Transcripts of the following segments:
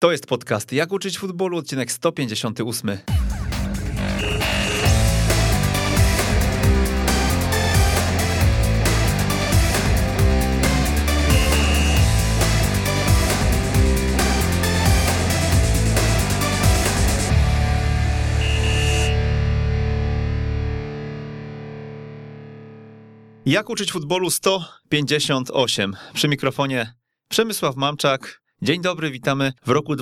To jest podcast Jak uczyć futbolu, odcinek 158. Jak uczyć futbolu 158. Przy mikrofonie Przemysław Mamczak. Dzień dobry, witamy w roku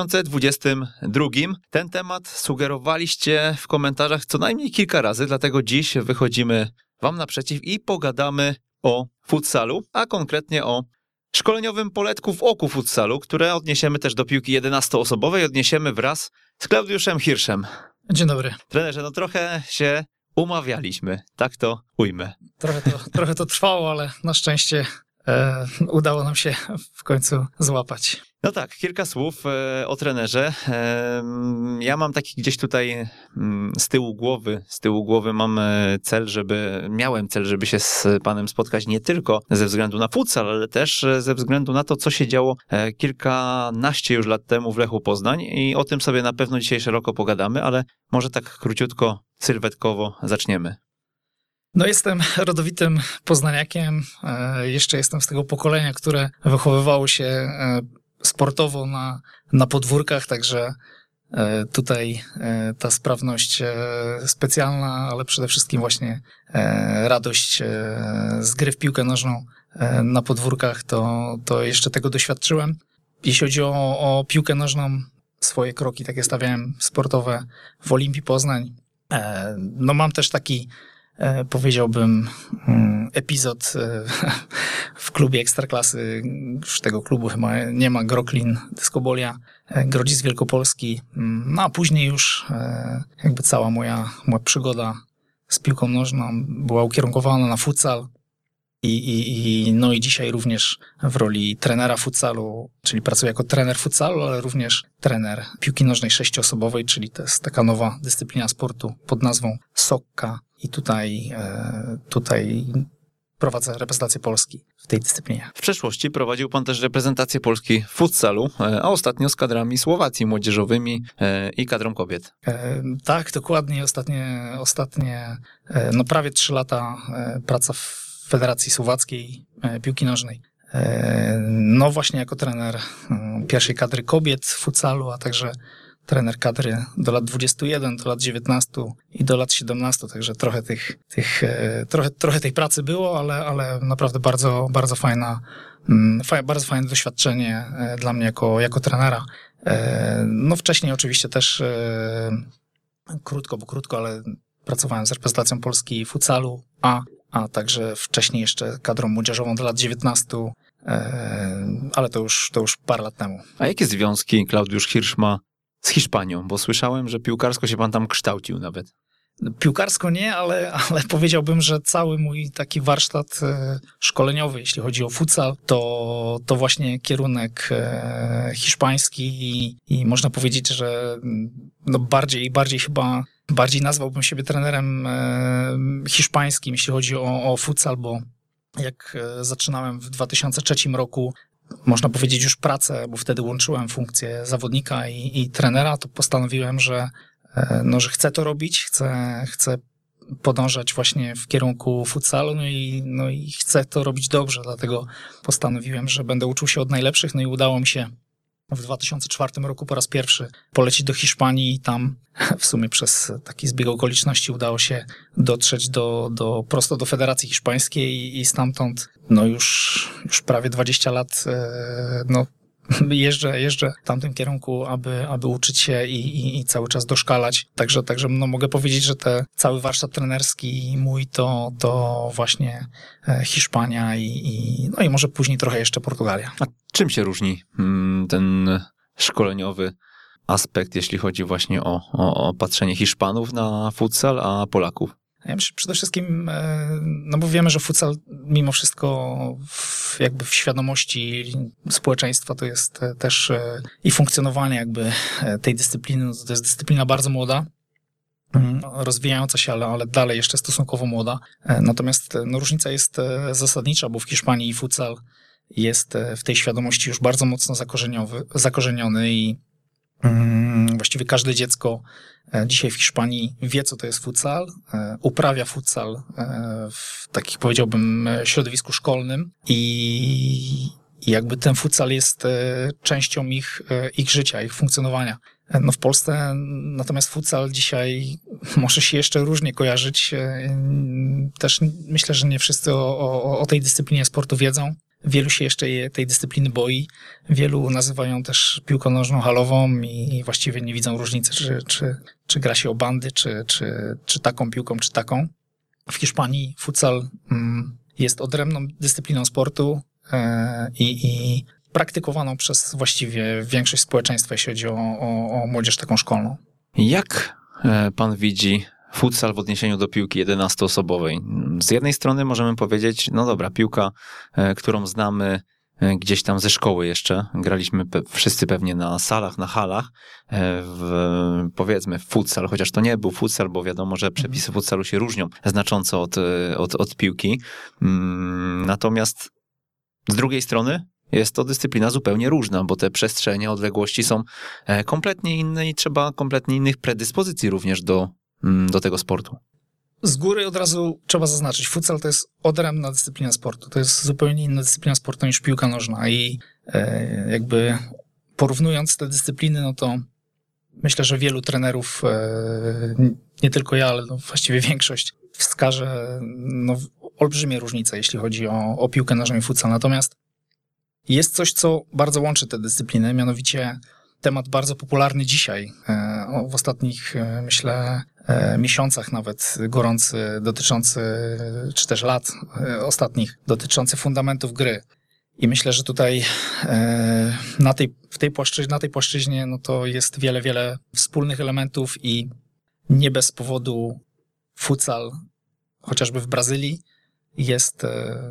2022. Ten temat sugerowaliście w komentarzach co najmniej kilka razy, dlatego dziś wychodzimy wam naprzeciw i pogadamy o futsalu, a konkretnie o szkoleniowym poletku w oku futsalu, które odniesiemy też do piłki 11-osobowej, odniesiemy wraz z Klaudiuszem Hirszem. Dzień dobry. Trenerze, trochę się umawialiśmy, tak to ujmę. Trochę to trwało, ale na szczęście udało nam się w końcu złapać. No tak, kilka słów o trenerze. Ja mam taki gdzieś tutaj z tyłu głowy mam miałem cel, żeby się z panem spotkać nie tylko ze względu na futsal, ale też ze względu na to, co się działo kilkanaście już lat temu w Lechu Poznań i o tym sobie na pewno dzisiaj szeroko pogadamy, ale może tak króciutko, sylwetkowo zaczniemy. Jestem rodowitym poznaniakiem, jeszcze jestem z tego pokolenia, które wychowywało się sportowo na podwórkach, także tutaj ta sprawność specjalna, ale przede wszystkim właśnie radość z gry w piłkę nożną na podwórkach, to jeszcze tego doświadczyłem. Jeśli chodzi o piłkę nożną, swoje kroki takie stawiałem sportowe w Olimpii Poznań. Mam też taki, powiedziałbym, epizod w klubie Ekstraklasy. Już tego klubu chyba nie ma. Groklin, Dyskobolia, Grodzisk Wielkopolski. A później już jakby cała moja przygoda z piłką nożną była ukierunkowana na futsal. I dzisiaj również w roli trenera futsalu, czyli pracuję jako trener futsalu, ale również trener piłki nożnej 6-osobowej, czyli to jest taka nowa dyscyplina sportu pod nazwą Sokka. I tutaj prowadzę reprezentację Polski w tej dyscyplinie. W przeszłości prowadził pan też reprezentację Polski w futsalu, a ostatnio z kadrami Słowacji młodzieżowymi i kadrą kobiet. Tak, dokładnie. Ostatnie prawie 3 lata praca w Federacji Słowackiej Piłki Nożnej. Właśnie jako trener pierwszej kadry kobiet w futsalu, a także trener kadry do lat 21, do lat 19 i do lat 17, także trochę tej pracy było, ale naprawdę bardzo, bardzo bardzo fajne doświadczenie dla mnie jako trenera. Wcześniej oczywiście też krótko, ale pracowałem z reprezentacją Polski futsalu, a także wcześniej jeszcze kadrą młodzieżową do lat 19, ale to już parę lat temu. A jakie związki Klaudiusz Hirsz ma z Hiszpanią? Bo słyszałem, że piłkarsko się pan tam kształcił nawet. Piłkarsko nie, ale powiedziałbym, że cały mój taki warsztat szkoleniowy, jeśli chodzi o futsal, to właśnie kierunek hiszpański i można powiedzieć, że bardziej nazwałbym siebie trenerem hiszpańskim, jeśli chodzi o futsal, bo jak zaczynałem w 2003 roku, można powiedzieć już pracę, bo wtedy łączyłem funkcję zawodnika i trenera, to postanowiłem, że chcę to robić, chcę podążać właśnie w kierunku futsalu, i chcę to robić dobrze, dlatego postanowiłem, że będę uczył się od najlepszych, i udało mi się w 2004 roku po raz pierwszy polecieć do Hiszpanii i tam w sumie przez taki zbieg okoliczności udało się dotrzeć prosto do Federacji Hiszpańskiej i stamtąd już prawie 20 lat jeżdżę w tamtym kierunku, aby uczyć się i cały czas doszkalać. Także mogę powiedzieć, że cały warsztat trenerski mój to właśnie Hiszpania i może później trochę jeszcze Portugalia. A czym się różni ten szkoleniowy aspekt, jeśli chodzi właśnie o patrzenie Hiszpanów na futsal, a Polaków? Ja myślę przede wszystkim, bo wiemy, że futsal mimo wszystko jakby w świadomości społeczeństwa to jest też i funkcjonowanie jakby tej dyscypliny, to jest dyscyplina bardzo młoda, rozwijająca się, ale dalej jeszcze stosunkowo młoda. Natomiast różnica jest zasadnicza, bo w Hiszpanii futsal jest w tej świadomości już bardzo mocno zakorzeniony i właściwie każde dziecko dzisiaj w Hiszpanii wie, co to jest futsal, uprawia futsal w takich, powiedziałbym, środowisku szkolnym i jakby ten futsal jest częścią ich życia, ich funkcjonowania. No w Polsce natomiast futsal dzisiaj może się jeszcze różnie kojarzyć. Też myślę, że nie wszyscy o tej dyscyplinie sportu wiedzą. Wielu się jeszcze tej dyscypliny boi. Wielu nazywają też piłką nożną halową i właściwie nie widzą różnicy, czy gra się o bandy, czy taką piłką, czy taką. W Hiszpanii futsal jest odrębną dyscypliną sportu i praktykowaną przez właściwie większość społeczeństwa, jeśli chodzi o młodzież taką szkolną. Jak pan widzi futsal w odniesieniu do piłki 11-osobowej? Z jednej strony możemy powiedzieć, no dobra, piłka, którą znamy gdzieś tam ze szkoły jeszcze, graliśmy wszyscy pewnie na salach, na halach, powiedzmy w futsal, chociaż to nie był futsal, bo wiadomo, że przepisy futsalu się różnią znacząco od piłki. Natomiast z drugiej strony jest to dyscyplina zupełnie różna, bo te przestrzenie, odległości są kompletnie inne i trzeba kompletnie innych predyspozycji również do tego sportu. Z góry od razu trzeba zaznaczyć, futsal to jest odrębna dyscyplina sportu. To jest zupełnie inna dyscyplina sportu niż piłka nożna i jakby porównując te dyscypliny, no to myślę, że wielu trenerów, nie tylko ja, ale właściwie większość wskaże olbrzymie różnice, jeśli chodzi o piłkę nożną i futsal. Natomiast jest coś, co bardzo łączy te dyscypliny, mianowicie temat bardzo popularny dzisiaj, w ostatnich, myślę, miesiącach nawet gorący, dotyczący, czy też lat ostatnich, dotyczący fundamentów gry. I myślę, że tutaj na tej płaszczyźnie no to jest wiele wspólnych elementów i nie bez powodu futsal, chociażby w Brazylii, jest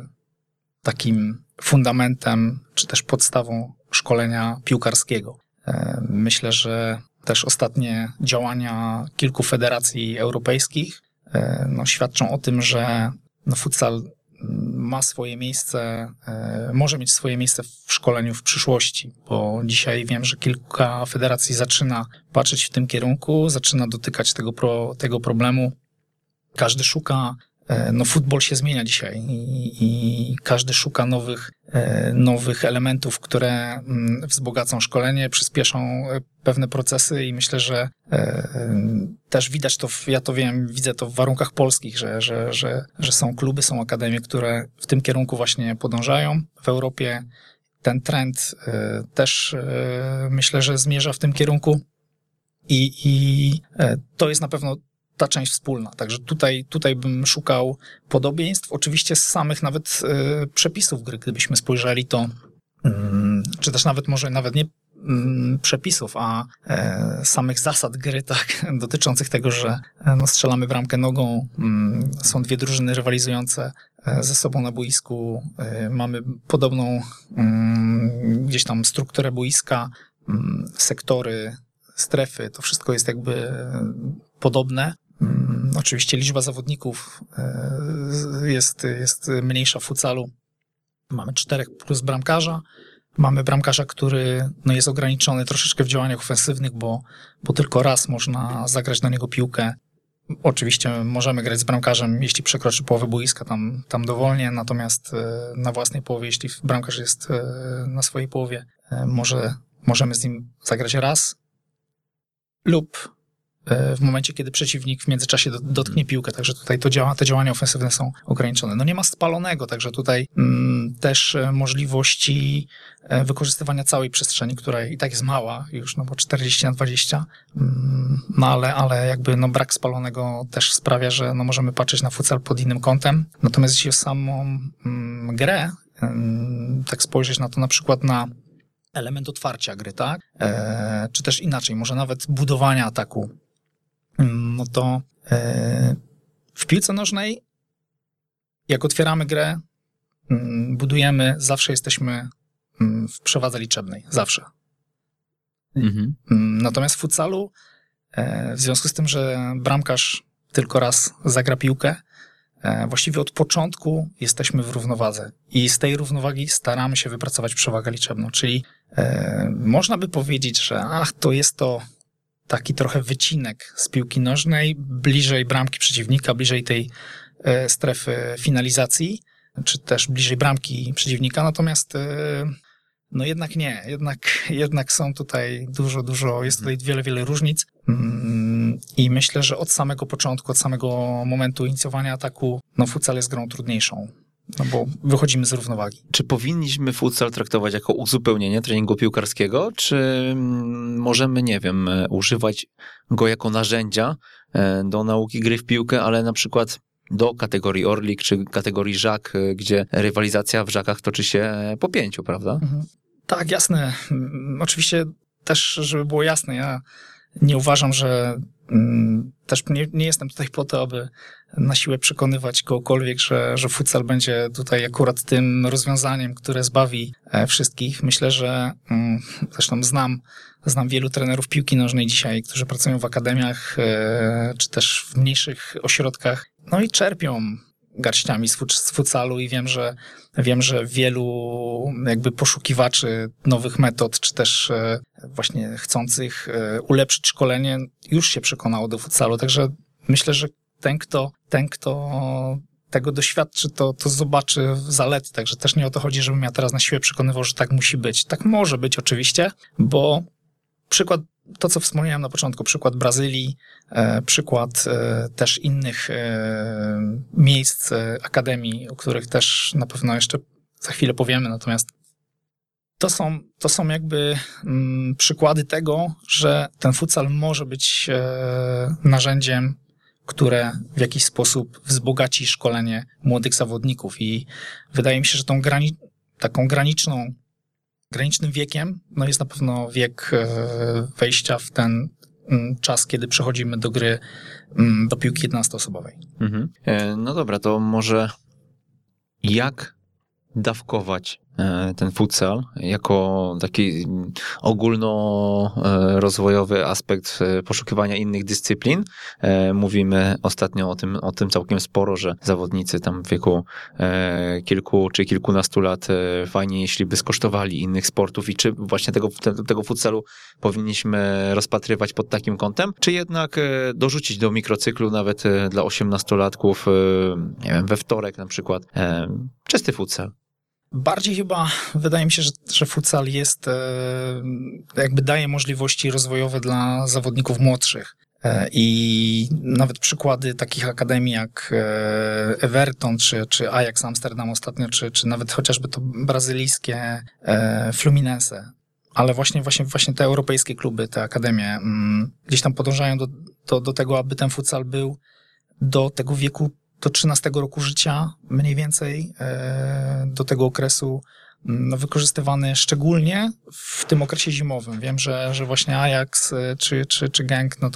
takim fundamentem, czy też podstawą szkolenia piłkarskiego. Myślę, że też ostatnie działania kilku federacji europejskich świadczą o tym, że futsal ma swoje miejsce, może mieć swoje miejsce w szkoleniu w przyszłości, bo dzisiaj wiem, że kilka federacji zaczyna patrzeć w tym kierunku, zaczyna dotykać tego problemu. Każdy szuka, futbol się zmienia dzisiaj i każdy szuka nowych elementów, które wzbogacą szkolenie, przyspieszą pewne procesy i myślę, że też widać to, ja to wiem, widzę to w warunkach polskich, że są kluby, są akademie, które w tym kierunku właśnie podążają. W Europie ten trend też myślę, że zmierza w tym kierunku i to jest na pewno ta część wspólna. Także tutaj bym szukał podobieństw. Oczywiście z samych nawet przepisów gry, gdybyśmy spojrzeli, to czy też może nie przepisów, a samych zasad gry, tak, dotyczących tego, że strzelamy bramkę nogą, są dwie drużyny rywalizujące ze sobą na boisku, mamy podobną gdzieś tam strukturę boiska, sektory, strefy, to wszystko jest jakby podobne. Oczywiście liczba zawodników jest mniejsza w futsalu. Mamy 4 plus bramkarza. Mamy bramkarza, który jest ograniczony troszeczkę w działaniach ofensywnych, bo tylko raz można zagrać na niego piłkę. Oczywiście możemy grać z bramkarzem, jeśli przekroczy połowę boiska, tam dowolnie, natomiast na własnej połowie, jeśli bramkarz jest na swojej połowie, możemy z nim zagrać raz lub w momencie, kiedy przeciwnik w międzyczasie dotknie piłkę, także tutaj te działania ofensywne są ograniczone. Nie ma spalonego, także tutaj też możliwości wykorzystywania całej przestrzeni, która i tak jest mała już, bo 40x20, ale jakby brak spalonego też sprawia, że możemy patrzeć na futsal pod innym kątem. Natomiast jeśli o samą grę, tak spojrzeć na to na przykład na element otwarcia gry, tak? Czy też inaczej, może nawet budowania ataku, to w piłce nożnej, jak otwieramy grę, budujemy, zawsze jesteśmy w przewadze liczebnej, zawsze. Mhm. Natomiast w futsalu, w związku z tym, że bramkarz tylko raz zagra piłkę, właściwie od początku jesteśmy w równowadze i z tej równowagi staramy się wypracować przewagę liczebną, czyli można by powiedzieć, że to jest to taki trochę wycinek z piłki nożnej, bliżej bramki przeciwnika, bliżej tej strefy finalizacji, czy też bliżej bramki przeciwnika, natomiast no jednak nie, jednak są tutaj dużo, jest tutaj wiele różnic i myślę, że od samego początku, od samego momentu inicjowania ataku, no futsal jest grą trudniejszą, no bo wychodzimy z równowagi. Czy powinniśmy futsal traktować jako uzupełnienie treningu piłkarskiego, czy możemy, nie wiem, używać go jako narzędzia do nauki gry w piłkę, ale na przykład do kategorii Orlik czy kategorii Żak, gdzie rywalizacja w Żakach toczy się po 5, prawda? Tak, jasne. Oczywiście też, żeby było jasne, ja nie uważam, że też nie jestem tutaj po to, aby na siłę przekonywać kogokolwiek, że futsal będzie tutaj akurat tym rozwiązaniem, które zbawi wszystkich. Myślę, że zresztą znam wielu trenerów piłki nożnej dzisiaj, którzy pracują w akademiach czy też w mniejszych ośrodkach, no i czerpią garściami z futsalu i wiem, że wielu jakby poszukiwaczy nowych metod, czy też właśnie chcących ulepszyć szkolenie, już się przekonało do futsalu. Także myślę, że ten, kto tego doświadczy, to zobaczy zalety. Także też nie o to chodzi, żebym ja teraz na siłę przekonywał, że tak musi być. Tak może być oczywiście, bo przykład, to co wspomniałem na początku, przykład Brazylii, przykład też innych miejsc, akademii, o których też na pewno jeszcze za chwilę powiemy, natomiast to są jakby przykłady tego, że ten futsal może być narzędziem, które w jakiś sposób wzbogaci szkolenie młodych zawodników i wydaje mi się, że taką granicznym wiekiem no jest na pewno wiek wejścia w ten czas, kiedy przechodzimy do gry, do piłki 11-osobowej. No dobra, to może jak dawkować ten futsal jako taki ogólnorozwojowy aspekt poszukiwania innych dyscyplin. Mówimy ostatnio o tym całkiem sporo, że zawodnicy tam w wieku kilku czy kilkunastu lat fajnie, jeśli by skosztowali innych sportów i czy właśnie tego futsalu powinniśmy rozpatrywać pod takim kątem, czy jednak dorzucić do mikrocyklu nawet dla 18-latków, nie wiem, we wtorek na przykład, czysty futsal. Bardziej chyba wydaje mi się, że futsal jest, jakby daje możliwości rozwojowe dla zawodników młodszych. I nawet przykłady takich akademii jak Everton czy Ajax Amsterdam ostatnio, czy nawet chociażby to brazylijskie Fluminense. Ale właśnie te europejskie kluby, te akademie gdzieś tam podążają do tego, aby ten futsal był do tego wieku, do 13 roku życia mniej więcej, do tego okresu wykorzystywany szczególnie w tym okresie zimowym. Wiem, że właśnie Ajax czy Genk, no to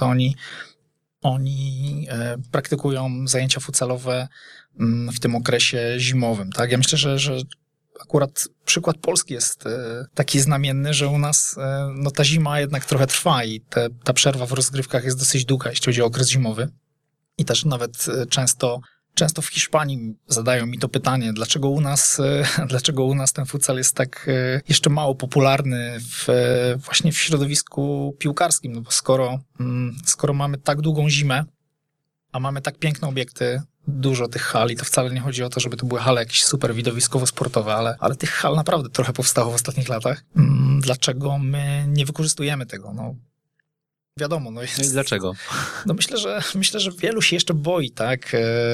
oni praktykują zajęcia futsalowe w tym okresie zimowym. Tak? Ja myślę, że akurat przykład Polski jest taki znamienny, że u nas no, ta zima jednak trochę trwa i ta przerwa w rozgrywkach jest dosyć długa, jeśli chodzi o okres zimowy. I też nawet często w Hiszpanii zadają mi to pytanie, dlaczego u nas ten futsal jest tak jeszcze mało popularny właśnie w środowisku piłkarskim, no bo skoro mamy tak długą zimę, a mamy tak piękne obiekty, dużo tych hal i to wcale nie chodzi o to, żeby to były hale jakieś super widowiskowo-sportowe, ale tych hal naprawdę trochę powstało w ostatnich latach. Dlaczego my nie wykorzystujemy tego? No, wiadomo, no jest... No i dlaczego? No myślę, że wielu się jeszcze boi, tak?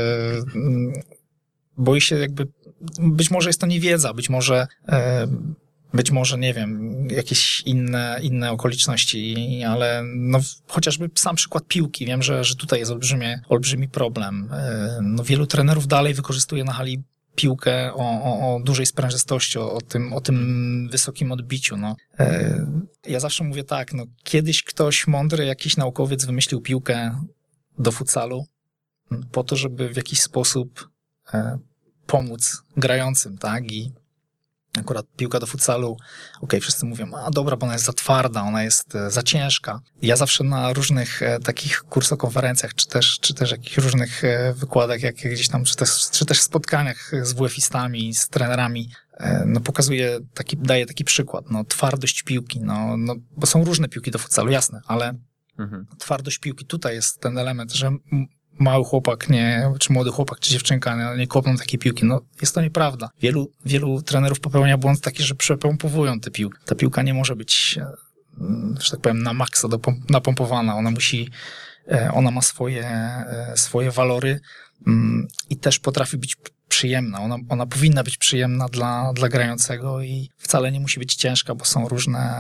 Boi się jakby, być może jest to niewiedza, być może, nie wiem, jakieś inne okoliczności, ale no, chociażby sam przykład piłki. Wiem, że tutaj jest olbrzymi problem. No, wielu trenerów dalej wykorzystuje na hali piłkę o dużej sprężystości, o tym wysokim odbiciu. No. Ja zawsze mówię tak, no, kiedyś ktoś mądry, jakiś naukowiec wymyślił piłkę do futsalu po to, żeby w jakiś sposób pomóc grającym, tak? Akurat piłka do futsalu, wszyscy mówią, a dobra, bo ona jest za twarda, ona jest za ciężka. Ja zawsze na różnych takich kursokonferencjach, czy też jakichś różnych wykładach, jak gdzieś tam, czy też spotkaniach z WF-istami, z trenerami, pokazuję, daję taki przykład, twardość piłki, bo są różne piłki do futsalu, jasne, ale twardość piłki, tutaj jest ten element, że mały chłopak, czy młody chłopak, czy dziewczynka nie kopną takiej piłki. Jest to nieprawda. Wielu trenerów popełnia błąd taki, że przepompowują tę piłkę. Ta piłka nie może być, że tak powiem, na maksa napompowana. Ona ma swoje walory i też potrafi być przyjemna. Ona powinna być przyjemna dla grającego i wcale nie musi być ciężka, bo są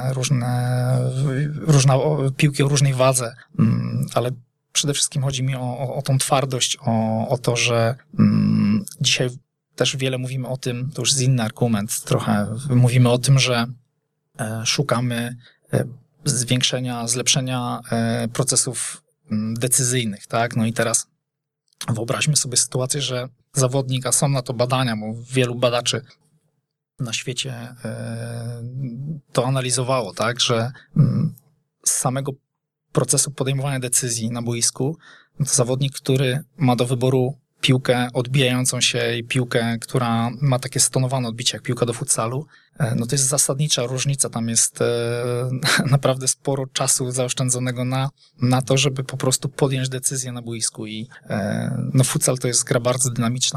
różne piłki o różnej wadze, ale przede wszystkim chodzi mi o tą twardość, o to, że dzisiaj też wiele mówimy o tym, to już jest inny argument trochę, mówimy o tym, że szukamy zlepszenia procesów decyzyjnych, tak? I teraz wyobraźmy sobie sytuację, że zawodnik, a są na to badania, bo wielu badaczy na świecie to analizowało, tak? Że z samego procesu podejmowania decyzji na boisku, to zawodnik, który ma do wyboru piłkę odbijającą się i piłkę, która ma takie stonowane odbicie jak piłka do futsalu, to jest zasadnicza różnica. Tam jest naprawdę sporo czasu zaoszczędzonego na to, żeby po prostu podjąć decyzję na boisku i futsal to jest gra bardzo dynamiczna,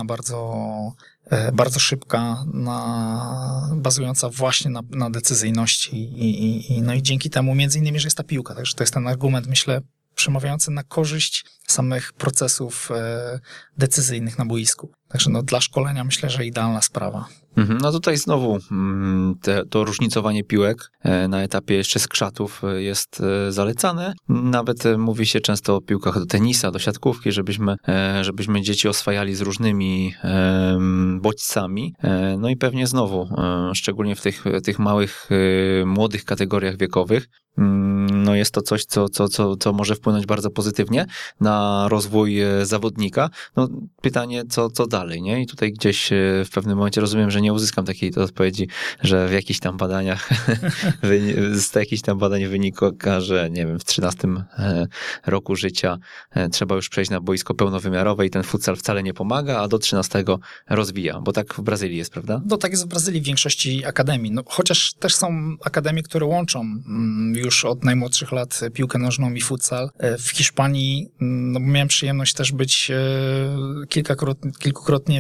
bardzo szybka, bazująca właśnie na decyzyjności i dzięki temu między innymi, że jest ta piłka. Także to jest ten argument, myślę, przemawiający na korzyść samych procesów decyzyjnych na boisku. Także dla szkolenia myślę, że idealna sprawa. Tutaj znowu to różnicowanie piłek na etapie jeszcze skrzatów jest zalecane. Nawet mówi się często o piłkach do tenisa, do siatkówki, żebyśmy dzieci oswajali z różnymi bodźcami. I pewnie znowu, szczególnie w tych małych, młodych kategoriach wiekowych, jest to coś, co może wpłynąć bardzo pozytywnie na rozwój zawodnika. Pytanie, co dalej, nie? I tutaj gdzieś w pewnym momencie rozumiem, że nie uzyskam takiej odpowiedzi, że w jakichś tam badaniach z jakichś tam badań wynika, że nie wiem, w 13 roku życia trzeba już przejść na boisko pełnowymiarowe i ten futsal wcale nie pomaga, a do 13 rozwija, bo tak w Brazylii jest, prawda? Tak jest w Brazylii w większości akademii. Chociaż też są akademie, które łączą już od najmłodszych lat piłkę nożną i futsal. W Hiszpanii miałem przyjemność też być kilkukrotnie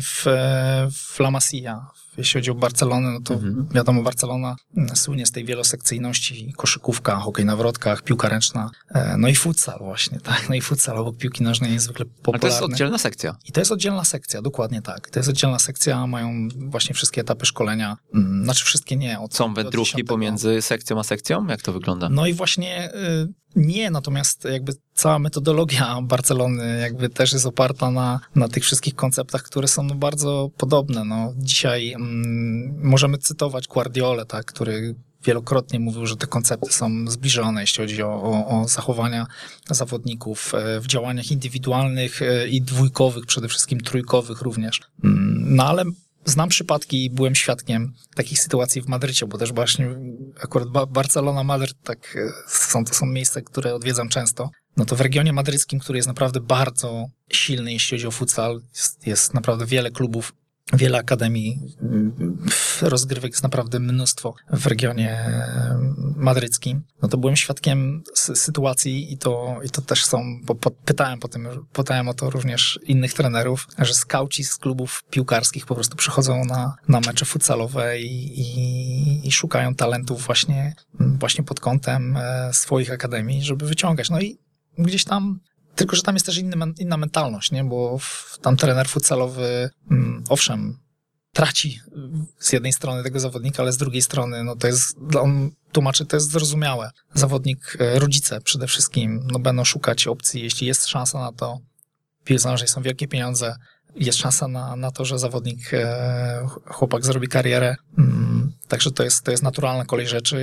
w La Masia. Jeśli chodzi o Barcelonę, to wiadomo, Barcelona słynie z tej wielosekcyjności, koszykówka, hokej na wrotkach, piłka ręczna, i futsal właśnie, tak, i futsal obok piłki nożnej jest zwykle popularny. Ale to jest oddzielna sekcja. I to jest oddzielna sekcja, dokładnie tak. To jest oddzielna sekcja, mają właśnie wszystkie etapy szkolenia, wszystkie nie. Są wędrówki pomiędzy sekcją a sekcją? Jak to wygląda? I właśnie nie, natomiast jakby cała metodologia Barcelony jakby też jest oparta na tych wszystkich konceptach, które są bardzo podobne. Dzisiaj możemy cytować Guardiolę, tak, który wielokrotnie mówił, że te koncepty są zbliżone, jeśli chodzi o zachowania zawodników w działaniach indywidualnych i dwójkowych, przede wszystkim trójkowych również. Ale znam przypadki i byłem świadkiem takich sytuacji w Madrycie, bo też właśnie akurat Barcelona, Madryt, tak, to są miejsca, które odwiedzam często. To w regionie madryckim, który jest naprawdę bardzo silny, jeśli chodzi o futsal, jest naprawdę wiele klubów, wiele akademii, rozgrywek jest naprawdę mnóstwo w regionie madryckim. To byłem świadkiem sytuacji i to też są, bo pytałem o to również innych trenerów, że skauci z klubów piłkarskich po prostu przychodzą na mecze futsalowe i szukają talentów właśnie pod kątem swoich akademii, żeby wyciągać. I gdzieś tam, tylko że tam jest też inna mentalność, nie? Bo tam trener futsalowy, owszem, traci z jednej strony tego zawodnika, ale z drugiej strony, on tłumaczy, to jest zrozumiałe. Zawodnik, rodzice przede wszystkim, będą szukać opcji, jeśli jest szansa na to, w piłce nożnej są wielkie pieniądze, jest szansa na to, że zawodnik, chłopak zrobi karierę, także to jest naturalna kolej rzeczy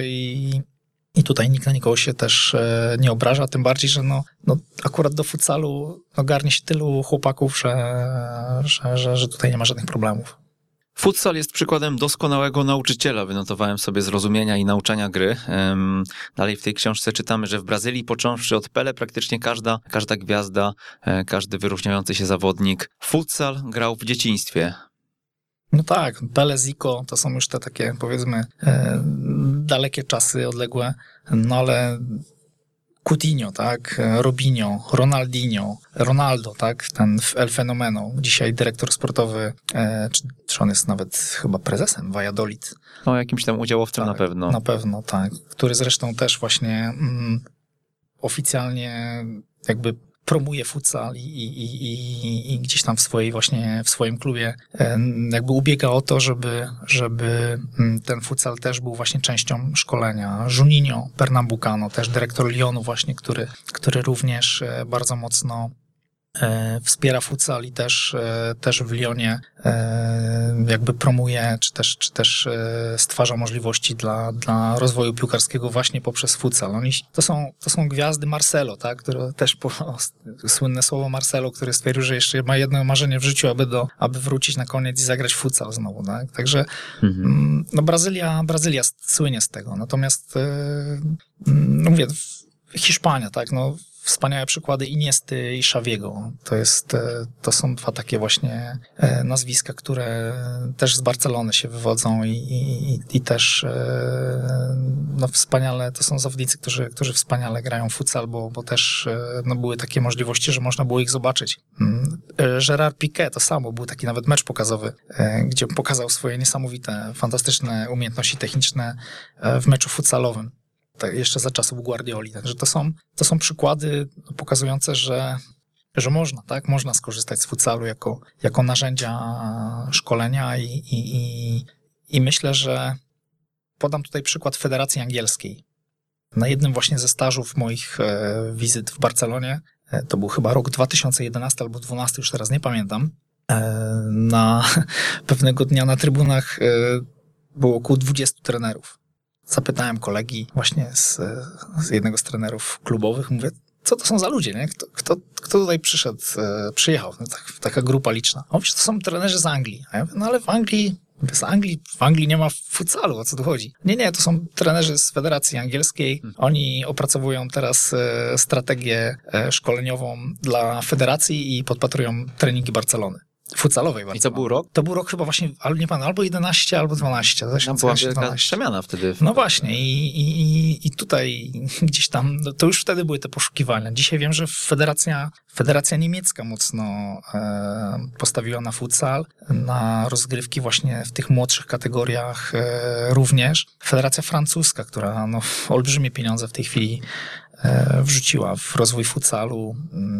i tutaj nikt na nikogo się też nie obraża, tym bardziej, że akurat do futsalu garnie się tylu chłopaków, że tutaj nie ma żadnych problemów. Futsal jest przykładem doskonałego nauczyciela, wynotowałem sobie zrozumienia i nauczania gry. Dalej w tej książce czytamy, że w Brazylii, począwszy od Pele, praktycznie każda gwiazda, każdy wyróżniający się zawodnik futsal grał w dzieciństwie. No tak, Pele, Zico to są już te takie, powiedzmy, dalekie czasy, odległe, no ale Coutinho, tak, Robinho, Ronaldinho, Ronaldo, tak, ten El Fenomeno, dzisiaj dyrektor sportowy, czy on jest nawet chyba prezesem Valladolid. O jakimś tam udziałowcem Tak, na pewno. Na pewno, tak, który zresztą też właśnie oficjalnie jakby promuje futsal i gdzieś tam w swoim klubie jakby ubiega o to, żeby ten futsal też był właśnie częścią szkolenia. Juninho Pernambucano, też dyrektor Lyonu właśnie, który również bardzo mocno wspiera futsal i też w Lyonie jakby promuje, czy też stwarza możliwości dla rozwoju piłkarskiego właśnie poprzez futsal. To są gwiazdy Marcelo, tak, które też słynne słowo Marcelo, który stwierdził, że jeszcze ma jedno marzenie w życiu, aby wrócić na koniec i zagrać futsal znowu, tak? Także no Brazylia słynie z tego. Natomiast no mówię, Hiszpania, tak, no wspaniałe przykłady Iniesty i Xaviego. To są dwa takie właśnie nazwiska, które też z Barcelony się wywodzą i też no wspaniale, to są zawodnicy, którzy wspaniale grają futsal, bo też no były takie możliwości, że można było ich zobaczyć. Gerard Piqué to samo, był taki nawet mecz pokazowy, gdzie pokazał swoje niesamowite, fantastyczne umiejętności techniczne w meczu futsalowym. Tak, jeszcze za czasów Guardioli. Także to są przykłady pokazujące, że można, tak? Można skorzystać z futsalu jako narzędzia szkolenia i myślę, że podam tutaj przykład Federacji Angielskiej. Na jednym właśnie ze stażów moich wizyt w Barcelonie, to był chyba rok 2011 albo 2012, już teraz nie pamiętam, na pewnego dnia na trybunach było około 20 trenerów. Zapytałem kolegi właśnie z jednego z trenerów klubowych, mówię, co to są za ludzie, nie? Kto tutaj przyjechał, no taka grupa liczna. On mówi, że to są trenerzy z Anglii. A ja mówię, no ale w Anglii nie ma futsalu, o co tu chodzi? Nie, to są trenerzy z Federacji Angielskiej. Oni opracowują teraz strategię szkoleniową dla federacji i podpatrują treningi Barcelony. Futsalowej bardzo. I to był rok? To był rok chyba właśnie, ale nie pamiętam, albo 11, albo 12. Tam była wielka przemiana wtedy. No właśnie i tutaj gdzieś tam, to już wtedy były te poszukiwania. Dzisiaj wiem, że Federacja Niemiecka mocno postawiła na futsal, na rozgrywki właśnie w tych młodszych kategoriach również. Federacja Francuska, która no, olbrzymie pieniądze w tej chwili wrzuciła w rozwój futsalu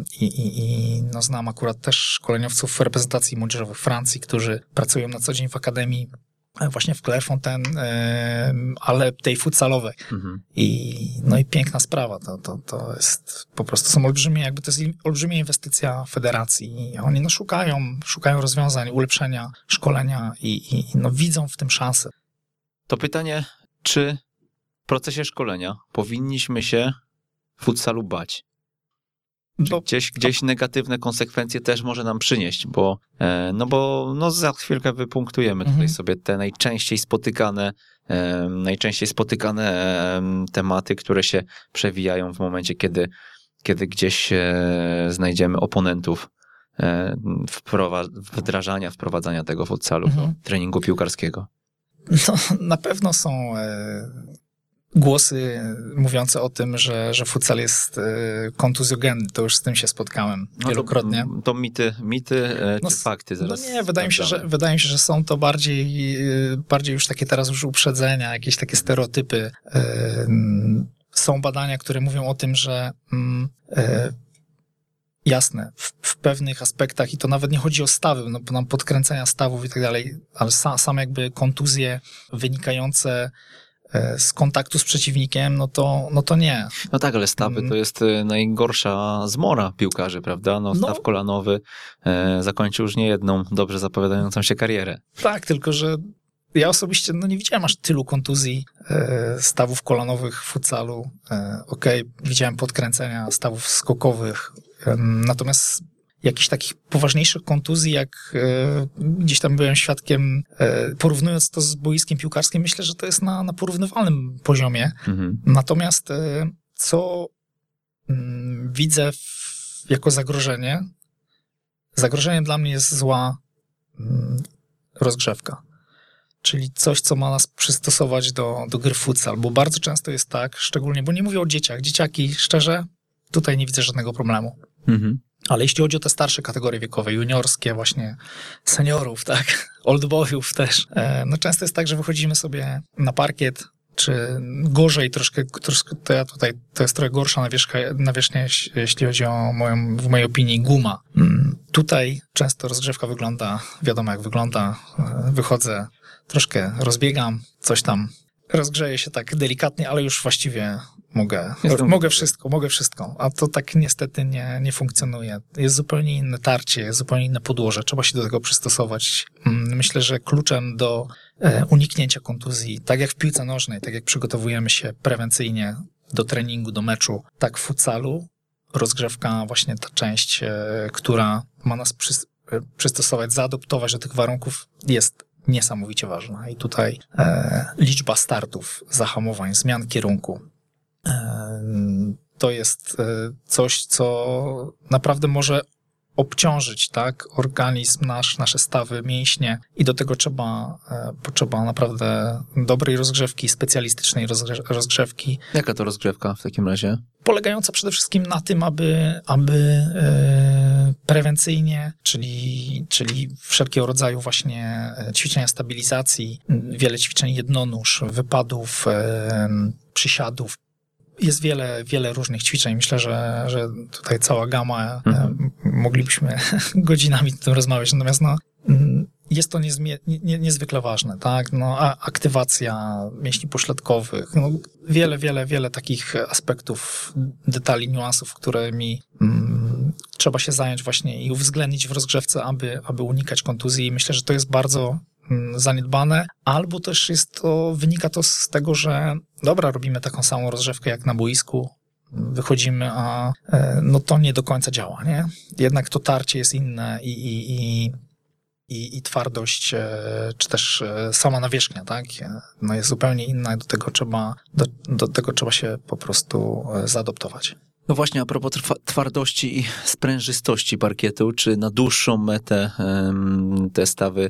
i no znam akurat też szkoleniowców reprezentacji młodzieżowych Francji, którzy pracują na co dzień w akademii właśnie w Clairefontaine, ale tej futsalowej. No i piękna sprawa. To jest po prostu są olbrzymie, jakby to jest olbrzymia inwestycja federacji. Oni no szukają rozwiązań, ulepszenia, szkolenia i no widzą w tym szansę. To pytanie, czy w procesie szkolenia powinniśmy się futsalu bać? Gdzieś negatywne konsekwencje też może nam przynieść, bo za chwilkę wypunktujemy tutaj sobie te najczęściej spotykane tematy, które się przewijają w momencie, kiedy gdzieś znajdziemy oponentów wprowadzania tego futsalu do treningu piłkarskiego. No, na pewno są głosy mówiące o tym, że futsal jest kontuzjogenny. To już z tym się spotkałem wielokrotnie. To mity czy fakty zaraz? No nie, wydaje mi się, że są to bardziej już takie teraz już uprzedzenia, jakieś takie stereotypy. Są badania, które mówią o tym, że jasne, w pewnych aspektach i to nawet nie chodzi o stawy, no bo nam podkręcenia stawów i tak dalej, ale same jakby kontuzje wynikające z kontaktu z przeciwnikiem, no to nie. No tak, ale stawy to jest najgorsza zmora piłkarzy, prawda? No staw kolanowy zakończył już niejedną dobrze zapowiadającą się karierę. Tak, tylko że ja osobiście nie widziałem aż tylu kontuzji stawów kolanowych w futsalu. Widziałem podkręcenia stawów skokowych, natomiast jakichś takich poważniejszych kontuzji, jak gdzieś tam byłem świadkiem, porównując to z boiskiem piłkarskim, myślę, że to jest na porównywalnym poziomie. Natomiast co widzę jako zagrożenie, zagrożeniem dla mnie jest zła rozgrzewka. Czyli coś, co ma nas przystosować do gry futsal, bo bardzo często jest tak, szczególnie, bo nie mówię o dzieciach, dzieciaki, szczerze, tutaj nie widzę żadnego problemu. Ale jeśli chodzi o te starsze kategorie wiekowe, juniorskie, właśnie seniorów, tak, oldboyów też, no często jest tak, że wychodzimy sobie na parkiet, czy gorzej troszkę to jest trochę gorsza nawierzchnia, jeśli chodzi o w mojej opinii, guma. Tutaj często rozgrzewka wygląda, wiadomo jak wygląda, wychodzę, troszkę rozbiegam, coś tam, rozgrzeję się tak delikatnie, ale już właściwie mogę wszystko, a to tak niestety nie funkcjonuje. Jest zupełnie inne tarcie, jest zupełnie inne podłoże, trzeba się do tego przystosować. Myślę, że kluczem do uniknięcia kontuzji, tak jak w piłce nożnej, tak jak przygotowujemy się prewencyjnie do treningu, do meczu, tak w futsalu, rozgrzewka, właśnie ta część, która ma nas przystosować, zaadoptować do tych warunków, jest niesamowicie ważna. I tutaj liczba startów, zahamowań, zmian kierunku, to jest coś, co naprawdę może obciążyć, tak, organizm nasze stawy, mięśnie i do tego potrzeba naprawdę dobrej rozgrzewki, specjalistycznej rozgrzewki. Jaka to rozgrzewka w takim razie? Polegająca przede wszystkim na tym, aby prewencyjnie, czyli wszelkiego rodzaju właśnie ćwiczenia stabilizacji, wiele ćwiczeń jednonóż, wypadów, przysiadów. Jest wiele różnych ćwiczeń. Myślę, że tutaj cała gama, moglibyśmy godzinami o tym rozmawiać. Natomiast jest to niezwykle ważne, tak? Aktywacja mięśni pośladkowych, wiele takich aspektów, detali, niuansów, którymi trzeba się zająć właśnie i uwzględnić w rozgrzewce, aby unikać kontuzji. I myślę, że to jest bardzo zaniedbane, albo też wynika to z tego, że dobra, robimy taką samą rozgrzewkę jak na boisku, wychodzimy, a to nie do końca działa, nie? Jednak to tarcie jest inne i twardość, czy też sama nawierzchnia, tak? Jest zupełnie inna i do tego trzeba się po prostu zaadoptować. No właśnie, a propos twardości i sprężystości parkietu, czy na dłuższą metę te stawy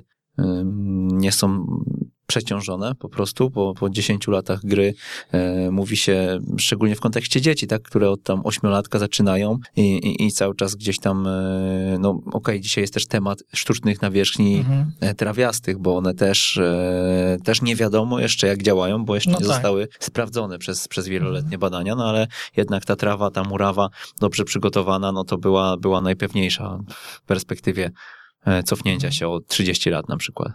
nie są przeciążone po prostu po 10 latach gry. Mówi się, szczególnie w kontekście dzieci, tak, które od tam 8-latka zaczynają i cały czas gdzieś tam, dzisiaj jest też temat sztucznych nawierzchni trawiastych, bo one też nie wiadomo jeszcze jak działają, bo jeszcze nie zostały sprawdzone przez wieloletnie badania, ale jednak ta trawa, ta murawa dobrze przygotowana, to była najpewniejsza w perspektywie cofnięcia się o 30 lat na przykład.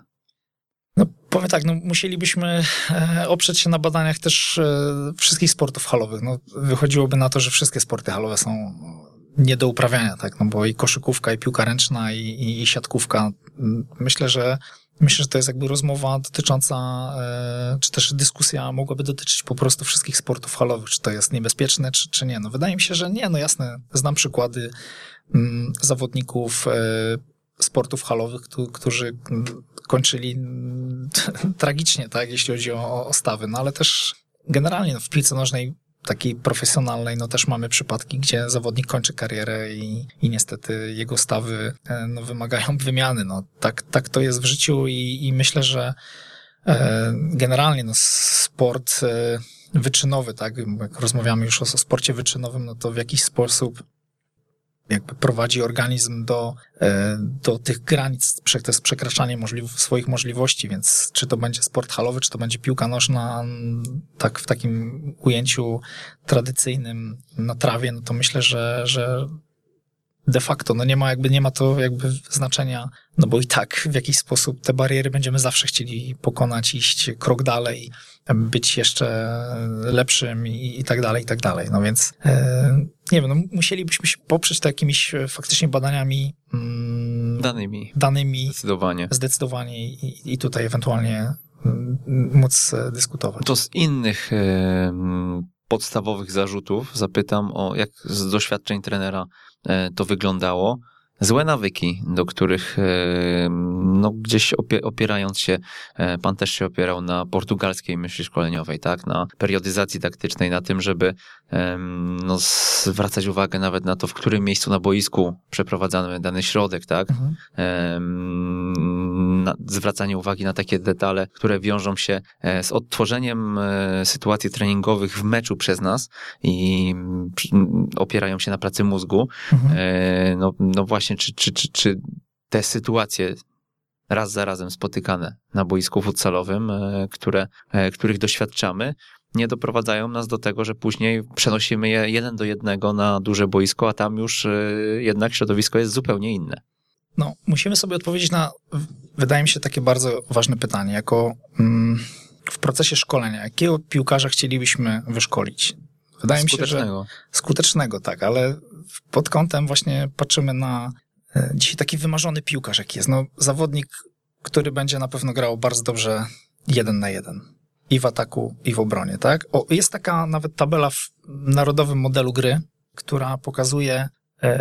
Powiem tak, musielibyśmy oprzeć się na badaniach też wszystkich sportów halowych. Wychodziłoby na to, że wszystkie sporty halowe są nie do uprawiania, tak? Bo i koszykówka, i piłka ręczna, i siatkówka. Myślę, że to jest jakby rozmowa dotycząca, czy też dyskusja mogłaby dotyczyć po prostu wszystkich sportów halowych, czy to jest niebezpieczne, czy nie. Wydaje mi się, że nie, jasne. Znam przykłady zawodników sportów halowych, którzy kończyli tragicznie, tak, jeśli chodzi o stawy, ale też generalnie w piłce nożnej takiej profesjonalnej, też mamy przypadki, gdzie zawodnik kończy karierę i niestety jego stawy wymagają wymiany. Tak to jest w życiu i myślę, że generalnie sport wyczynowy, tak, jak rozmawiamy już o sporcie wyczynowym, to w jakiś sposób jakby prowadzi organizm do tych granic, to jest przekraczanie swoich możliwości, więc czy to będzie sport halowy, czy to będzie piłka nożna, tak w takim ujęciu tradycyjnym na trawie, to myślę, że de facto nie ma to jakby znaczenia, bo i tak w jakiś sposób te bariery będziemy zawsze chcieli pokonać, iść krok dalej, być jeszcze lepszym i tak dalej, i tak dalej. Więc nie wiem, musielibyśmy się poprzeć to jakimiś faktycznie badaniami danymi zdecydowanie i tutaj ewentualnie móc dyskutować. To z innych podstawowych zarzutów zapytam jak z doświadczeń trenera to wyglądało. złe nawyki, do których no, gdzieś opierając się, pan też się opierał na portugalskiej myśli szkoleniowej, tak, na periodyzacji taktycznej, na tym, żeby no, zwracać uwagę nawet na to, w którym miejscu na boisku przeprowadzamy dany środek, tak, zwracanie uwagi na takie detale, które wiążą się z odtworzeniem sytuacji treningowych w meczu przez nas i opierają się na pracy mózgu. No właśnie, czy te sytuacje raz za razem spotykane na boisku futsalowym, których doświadczamy, nie doprowadzają nas do tego, że później przenosimy je 1:1 na duże boisko, a tam już jednak środowisko jest zupełnie inne. No, musimy sobie odpowiedzieć na, wydaje mi się, takie bardzo ważne pytanie, jako w procesie szkolenia, jakiego piłkarza chcielibyśmy wyszkolić? Wydaje mi się, że skutecznego, tak, ale pod kątem właśnie patrzymy na dzisiaj taki wymarzony piłkarz, jaki jest. No, zawodnik, który będzie na pewno grał bardzo dobrze 1-1 i w ataku, i w obronie, tak? Jest taka nawet tabela w narodowym modelu gry, która pokazuje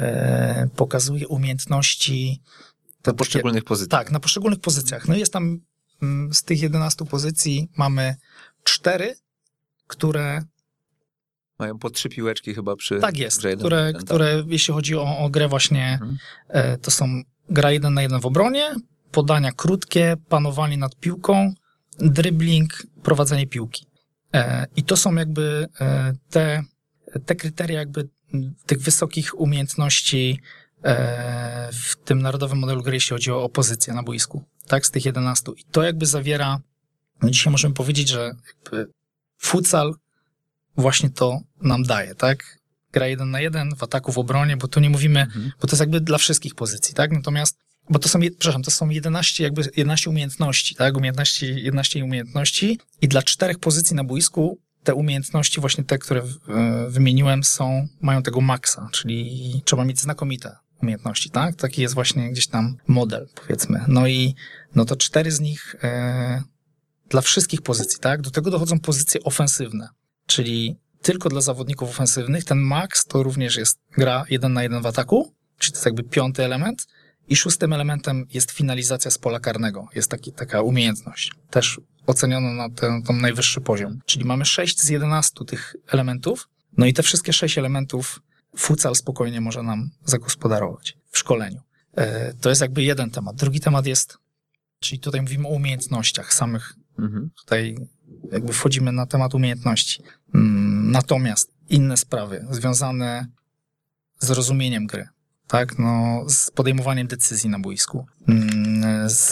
umiejętności na poszczególnych pozycjach. Tak, na poszczególnych pozycjach. No jest tam z tych 11 pozycji mamy 4, które mają po 3 piłeczki chyba przy... Tak jest, które jeśli chodzi o grę właśnie, to są gra 1-1 w obronie, podania krótkie, panowanie nad piłką, dribbling, prowadzenie piłki. I to są jakby te kryteria jakby tych wysokich umiejętności w tym narodowym modelu gry, jeśli chodzi o pozycję na boisku. Tak, z tych 11. I to jakby zawiera, no dzisiaj możemy powiedzieć, że jakby futsal właśnie to nam daje, tak? Gra 1-1 w ataku, w obronie, bo tu nie mówimy, bo to jest jakby dla wszystkich pozycji, tak? Natomiast, bo to są 11 umiejętności, tak? 11 umiejętności i dla 4 pozycji na boisku te umiejętności, właśnie te, które wymieniłem, mają tego maksa, czyli trzeba mieć znakomite umiejętności, tak? Taki jest właśnie gdzieś tam model, powiedzmy. No to 4 z nich dla wszystkich pozycji, tak? Do tego dochodzą pozycje ofensywne, czyli tylko dla zawodników ofensywnych. Ten max to również jest gra 1-1 w ataku, czyli to jest jakby 5. element. I 6. elementem jest finalizacja z pola karnego. Jest taka umiejętność, też oceniona na ten najwyższy poziom. Czyli mamy 6 z 11 tych elementów, no i te wszystkie 6 elementów futsal spokojnie może nam zagospodarować w szkoleniu. To jest jakby jeden temat. Drugi temat jest, czyli tutaj mówimy o umiejętnościach samych. Tutaj jakby wchodzimy na temat umiejętności. Natomiast inne sprawy związane z rozumieniem gry, tak, no, z podejmowaniem decyzji na boisku, z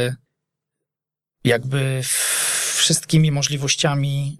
jakby wszystkimi możliwościami,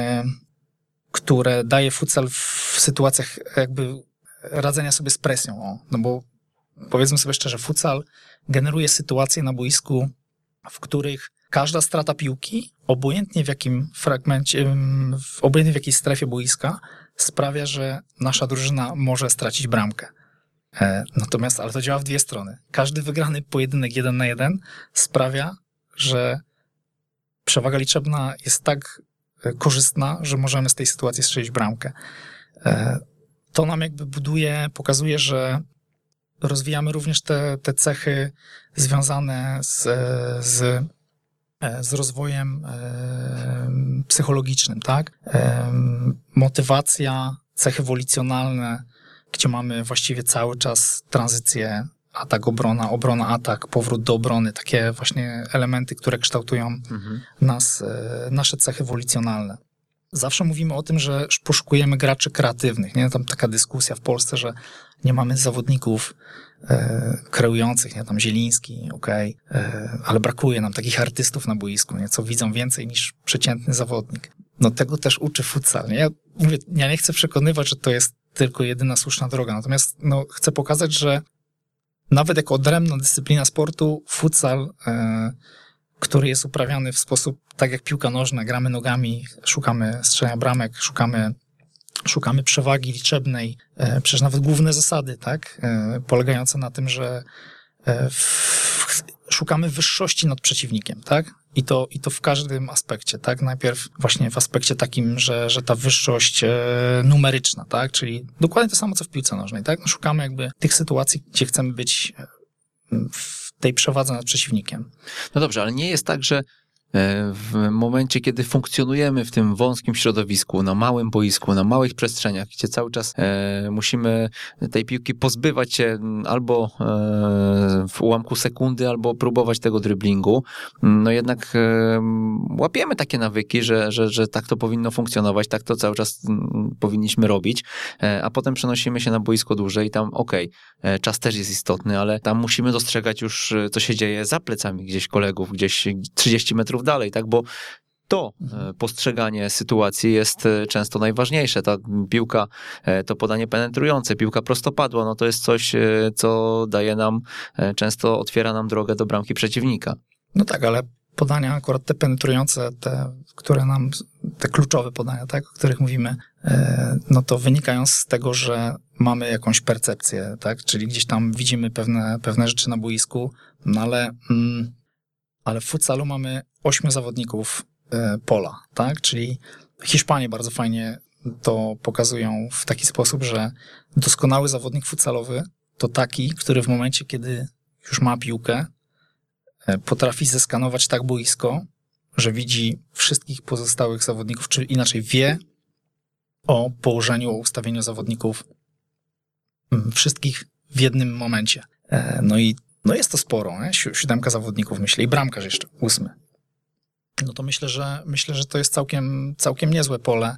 które daje futsal w sytuacjach jakby radzenia sobie z presją. No bo powiedzmy sobie szczerze, futsal generuje sytuacje na boisku, w których każda strata piłki, obojętnie w jakim fragmencie, obojętnie w jakiej strefie boiska, sprawia, że nasza drużyna może stracić bramkę. Natomiast, ale to działa w dwie strony. Każdy wygrany pojedynek 1-1 sprawia, że przewaga liczebna jest tak korzystna, że możemy z tej sytuacji strzelić bramkę. To nam jakby pokazuje, że rozwijamy również te cechy związane z rozwojem psychologicznym, tak? Motywacja, cechy wolicjonalne, gdzie mamy właściwie cały czas tranzycję atak, obrona, atak, powrót do obrony, takie właśnie elementy, które kształtują nasze cechy wolicjonalne. Zawsze mówimy o tym, że poszukujemy graczy kreatywnych, nie? Tam taka dyskusja w Polsce, że nie mamy zawodników kreujących, nie? Tam Zieliński, okej, ale brakuje nam takich artystów na boisku, nie? Co widzą więcej niż przeciętny zawodnik. No tego też uczy futsal, nie? Ja nie chcę przekonywać, że to jest tylko jedyna słuszna droga, natomiast no, chcę pokazać, że nawet jako odrębna dyscyplina sportu, futsal, który jest uprawiany w sposób, tak jak piłka nożna, gramy nogami, szukamy strzelania bramek, szukamy przewagi liczebnej, przecież nawet główne zasady, tak, polegające na tym, że szukamy wyższości nad przeciwnikiem, tak, I to w każdym aspekcie, tak? Najpierw właśnie w aspekcie takim, że ta wyższość numeryczna, tak? Czyli dokładnie to samo, co w piłce nożnej, tak? No szukamy jakby tych sytuacji, gdzie chcemy być w tej przewadze nad przeciwnikiem. No dobrze, ale nie jest tak, że w momencie, kiedy funkcjonujemy w tym wąskim środowisku, na małym boisku, na małych przestrzeniach, gdzie cały czas musimy tej piłki pozbywać się albo w ułamku sekundy, albo próbować tego driblingu, no jednak łapiemy takie nawyki, że tak to powinno funkcjonować, tak to cały czas powinniśmy robić, a potem przenosimy się na boisko dłużej i tam czas też jest istotny, ale tam musimy dostrzegać już, co się dzieje za plecami gdzieś kolegów, gdzieś 30 metrów dalej, tak, bo to postrzeganie sytuacji jest często najważniejsze. Ta piłka, to podanie penetrujące, piłka prostopadła, no to jest coś, co daje nam, często otwiera nam drogę do bramki przeciwnika. No tak, ale podania akurat te penetrujące, te kluczowe podania, tak, o których mówimy, no to wynikają z tego, że mamy jakąś percepcję, tak, czyli gdzieś tam widzimy pewne rzeczy na boisku, no ale w futsalu mamy 8 zawodników pola, tak? Czyli Hiszpanie bardzo fajnie to pokazują w taki sposób, że doskonały zawodnik futsalowy to taki, który w momencie, kiedy już ma piłkę, potrafi zeskanować tak boisko, że widzi wszystkich pozostałych zawodników, czy inaczej wie o położeniu, o ustawieniu zawodników wszystkich w jednym momencie. No jest to sporo, nie? 7 zawodników, myślę, i bramkarz jeszcze, 8. No to myślę, że to jest całkiem niezłe pole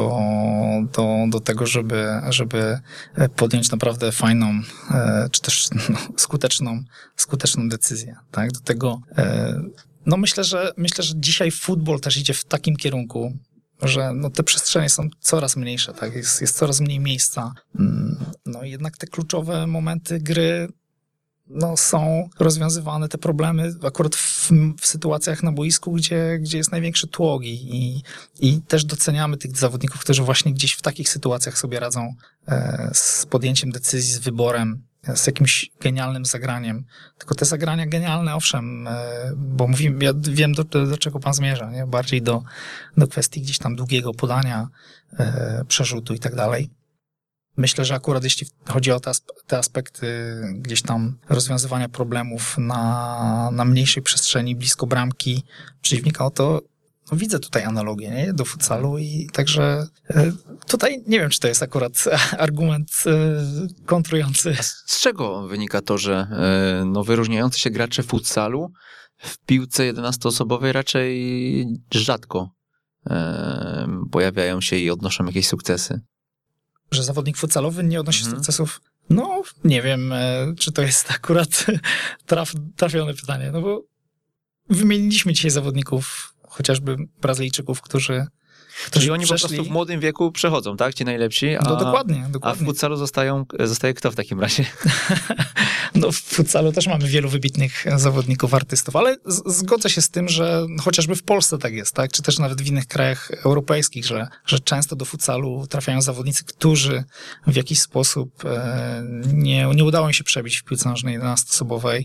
do tego, żeby podjąć naprawdę fajną, czy też skuteczną decyzję, tak? Do tego, no myślę, że dzisiaj futbol też idzie w takim kierunku, że no te przestrzenie są coraz mniejsze, tak? Jest coraz mniej miejsca. No i jednak te kluczowe momenty gry no, są rozwiązywane te problemy akurat w sytuacjach na boisku, gdzie jest największy tłok i też doceniamy tych zawodników, którzy właśnie gdzieś w takich sytuacjach sobie radzą z podjęciem decyzji, z wyborem, z jakimś genialnym zagraniem. Tylko te zagrania genialne, owszem, bo ja wiem, do czego pan zmierza, nie? Bardziej do kwestii gdzieś tam długiego podania, przerzutu i tak dalej. Myślę, że akurat jeśli chodzi o te aspekty gdzieś tam rozwiązywania problemów na mniejszej przestrzeni, blisko bramki przeciwnika, to no widzę tutaj analogię, nie? Do futsalu i także tutaj nie wiem, czy to jest akurat argument kontrujący. A z czego wynika to, że no, wyróżniający się gracze futsalu w piłce 11-osobowej raczej rzadko pojawiają się i odnoszą jakieś sukcesy? Że zawodnik futsalowy nie odnosi sukcesów? No, nie wiem, czy to jest akurat trafione pytanie, no bo wymieniliśmy dzisiaj zawodników, chociażby Brazylijczyków, którzy Czyli oni po prostu w młodym wieku przechodzą, tak? Ci najlepsi. No dokładnie. A w futsalu zostaje kto w takim razie? No w futsalu też mamy wielu wybitnych zawodników, artystów, ale zgodzę się z tym, że chociażby w Polsce tak jest, tak? Czy też nawet w innych krajach europejskich, że często do futsalu trafiają zawodnicy, którzy w jakiś sposób nie udało im się przebić w piłce nożnej 11-osobowej.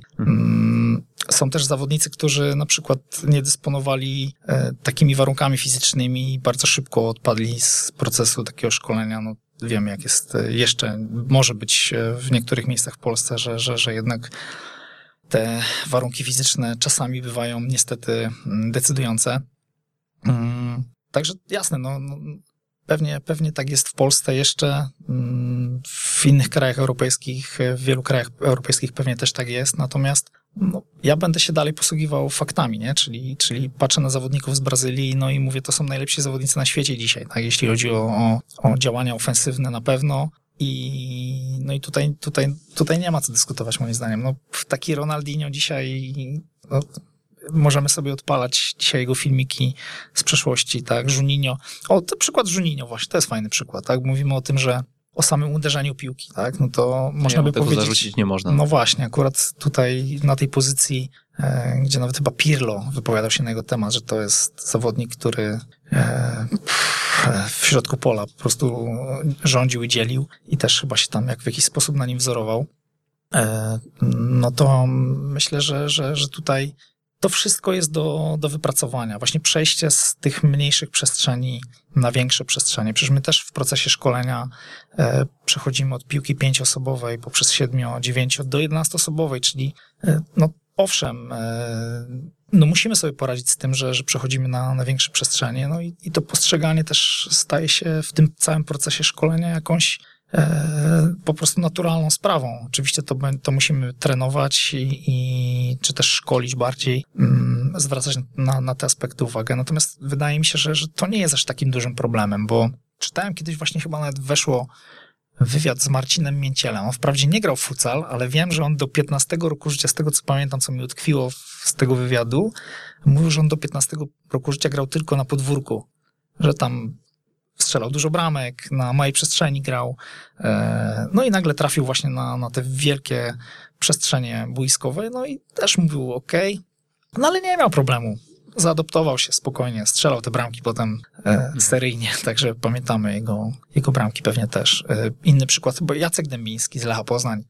Są też zawodnicy, którzy na przykład nie dysponowali takimi warunkami fizycznymi i bardzo szybko odpadli z procesu takiego szkolenia. No, wiemy, jak jest jeszcze, może być w niektórych miejscach w Polsce, że jednak te warunki fizyczne czasami bywają niestety decydujące. Także jasne, no pewnie tak jest w Polsce jeszcze, w innych krajach europejskich, w wielu krajach europejskich pewnie też tak jest, natomiast no, ja będę się dalej posługiwał faktami, nie? Czyli patrzę na zawodników z Brazylii, no i mówię, to są najlepsi zawodnicy na świecie dzisiaj, tak? Jeśli chodzi o działania ofensywne na pewno. I tutaj nie ma co dyskutować moim zdaniem. No, taki Ronaldinho dzisiaj, no, możemy sobie odpalać dzisiaj jego filmiki z przeszłości, tak? Juninho. To przykład Juninho właśnie, to jest fajny przykład, tak? Mówimy o tym, że o samym uderzeniu piłki, tak? No to można by powiedzieć... zarzucić nie można. No właśnie, akurat tutaj na tej pozycji, gdzie nawet chyba Pirlo wypowiadał się na jego temat, że to jest zawodnik, który w środku pola po prostu rządził i dzielił i też chyba się tam w jakiś sposób na nim wzorował. No to myślę, że tutaj to wszystko jest do wypracowania. Właśnie przejście z tych mniejszych przestrzeni na większe przestrzenie. Przecież my też w procesie szkolenia przechodzimy od piłki 5-osobowej poprzez 7, 9 do 11-osobowej, czyli no owszem, no musimy sobie poradzić z tym, że przechodzimy na większe przestrzenie, no i to postrzeganie też staje się w tym całym procesie szkolenia jakąś po prostu naturalną sprawą. Oczywiście to musimy trenować czy też szkolić bardziej, zwracać na te aspekty uwagę. Natomiast wydaje mi się, że to nie jest aż takim dużym problemem, bo czytałem kiedyś właśnie chyba nawet weszło wywiad z Marcinem Mięcielem. On wprawdzie nie grał w futsal, ale wiem, że on do 15 roku życia, z tego co pamiętam, co mi utkwiło z tego wywiadu, mówił, że on do 15 roku życia grał tylko na podwórku, że tam strzelał dużo bramek, na małej przestrzeni grał, no i nagle trafił właśnie na te wielkie przestrzenie boiskowe, no i też mówił okej, no ale nie miał problemu. Zaadoptował się spokojnie, strzelał te bramki potem seryjnie, także pamiętamy jego bramki pewnie też. Inny przykład, bo Jacek Dębiński z Lecha Poznań,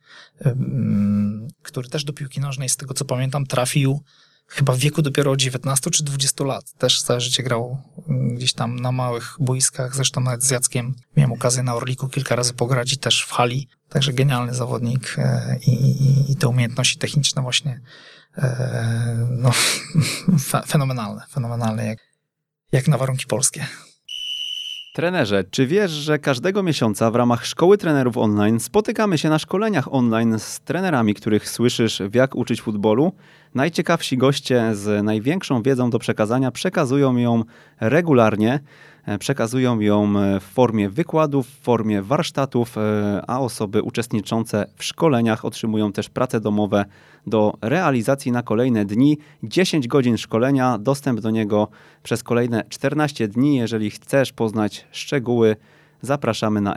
który też do piłki nożnej, z tego co pamiętam, trafił chyba w wieku dopiero 19 czy 20 lat. Też całe życie grał gdzieś tam na małych boiskach, zresztą nawet z Jackiem miałem okazję na Orliku kilka razy pograć i też w hali, także genialny zawodnik i te umiejętności techniczne właśnie no, fenomenalne jak na warunki polskie. Trenerze, czy wiesz, że każdego miesiąca w ramach Szkoły Trenerów Online spotykamy się na szkoleniach online z trenerami, których słyszysz w Jak uczyć futbolu? Najciekawsi goście z największą wiedzą do przekazania przekazują ją regularnie, przekazują ją w formie wykładów, w formie warsztatów, a osoby uczestniczące w szkoleniach otrzymują też prace domowe do realizacji na kolejne dni. 10 godzin szkolenia, dostęp do niego przez kolejne 14 dni. Jeżeli chcesz poznać szczegóły, zapraszamy na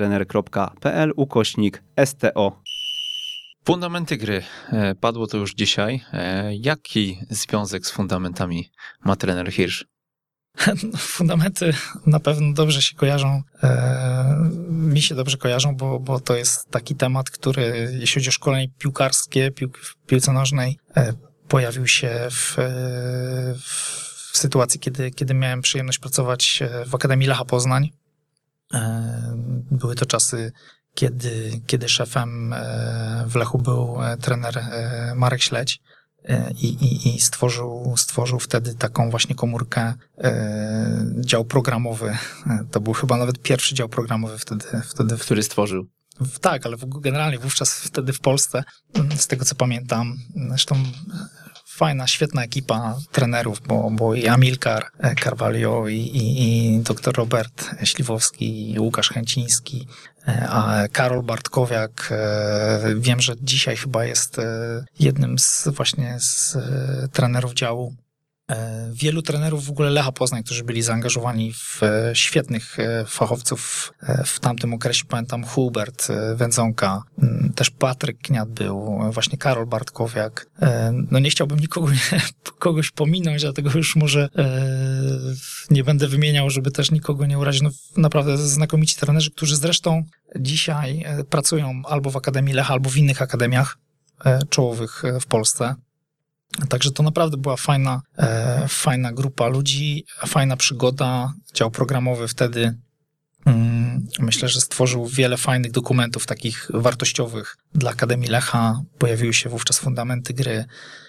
ekstratrener.pl/STO. Fundamenty gry. Padło to już dzisiaj. Jaki związek z fundamentami ma trener Hirsch? Fundamenty na pewno dobrze się kojarzą, mi się dobrze kojarzą, bo to jest taki temat, który jeśli chodzi o szkolenie piłkarskie, w piłce nożnej, pojawił się w sytuacji, kiedy miałem przyjemność pracować w Akademii Lecha Poznań. Były to czasy, kiedy szefem w Lechu był trener Marek Śledź. I stworzył wtedy taką właśnie komórkę, dział programowy. To był chyba nawet pierwszy dział programowy wtedy. Który stworzył? Tak, ale generalnie wówczas wtedy w Polsce, z tego co pamiętam, zresztą fajna, świetna ekipa trenerów, bo i Amilcar Carvalho i dr Robert Śliwowski, i Łukasz Chęciński, a Karol Bartkowiak, wiem, że dzisiaj chyba jest jednym z trenerów działu. Wielu trenerów w ogóle Lecha Poznań, którzy byli zaangażowani w świetnych fachowców w tamtym okresie. Pamiętam Hubert Wędzonka, też Patryk Kniat był, właśnie Karol Bartkowiak. No nie chciałbym kogoś pominąć, dlatego już może nie będę wymieniał, żeby też nikogo nie urazić. No naprawdę znakomici trenerzy, którzy zresztą dzisiaj pracują albo w Akademii Lecha, albo w innych akademiach czołowych w Polsce. Także to naprawdę była fajna grupa ludzi, fajna przygoda. Dział programowy wtedy myślę, że stworzył wiele fajnych dokumentów takich wartościowych dla Akademii Lecha. Pojawiły się wówczas fundamenty gry,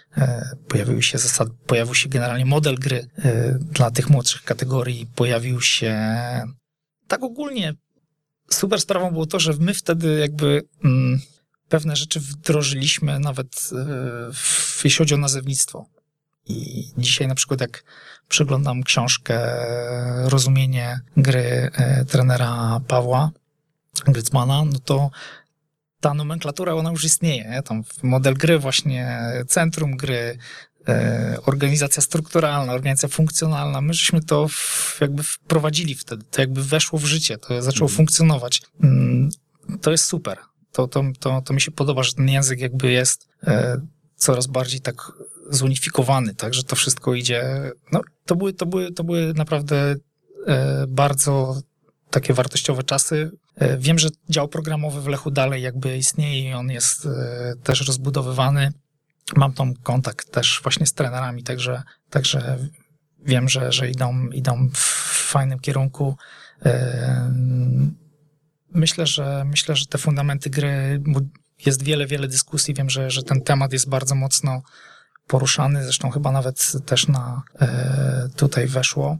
pojawił się generalnie model gry dla tych młodszych kategorii, pojawił się tak ogólnie. Super sprawą było to, że my wtedy jakby pewne rzeczy wdrożyliśmy nawet jeśli chodzi o nazewnictwo. I dzisiaj na przykład jak przeglądam książkę Rozumienie gry trenera Pawła Grycmana, no to ta nomenklatura, ona już istnieje. Nie? Tam model gry właśnie, centrum gry, organizacja strukturalna, organizacja funkcjonalna. My żeśmy to jakby wprowadzili wtedy. To jakby weszło w życie, to zaczęło funkcjonować. To jest super. To mi się podoba, że ten język jakby jest coraz bardziej tak zunifikowany, tak, że to wszystko idzie. No, to były naprawdę bardzo takie wartościowe czasy. Wiem, że dział programowy w Lechu dalej jakby istnieje i on jest też rozbudowywany. mam tam kontakt też właśnie z trenerami, także wiem, że idą w fajnym kierunku. Myślę, że te fundamenty gry, jest wiele dyskusji. Wiem, że ten temat jest bardzo mocno poruszany, zresztą chyba nawet też tutaj weszło.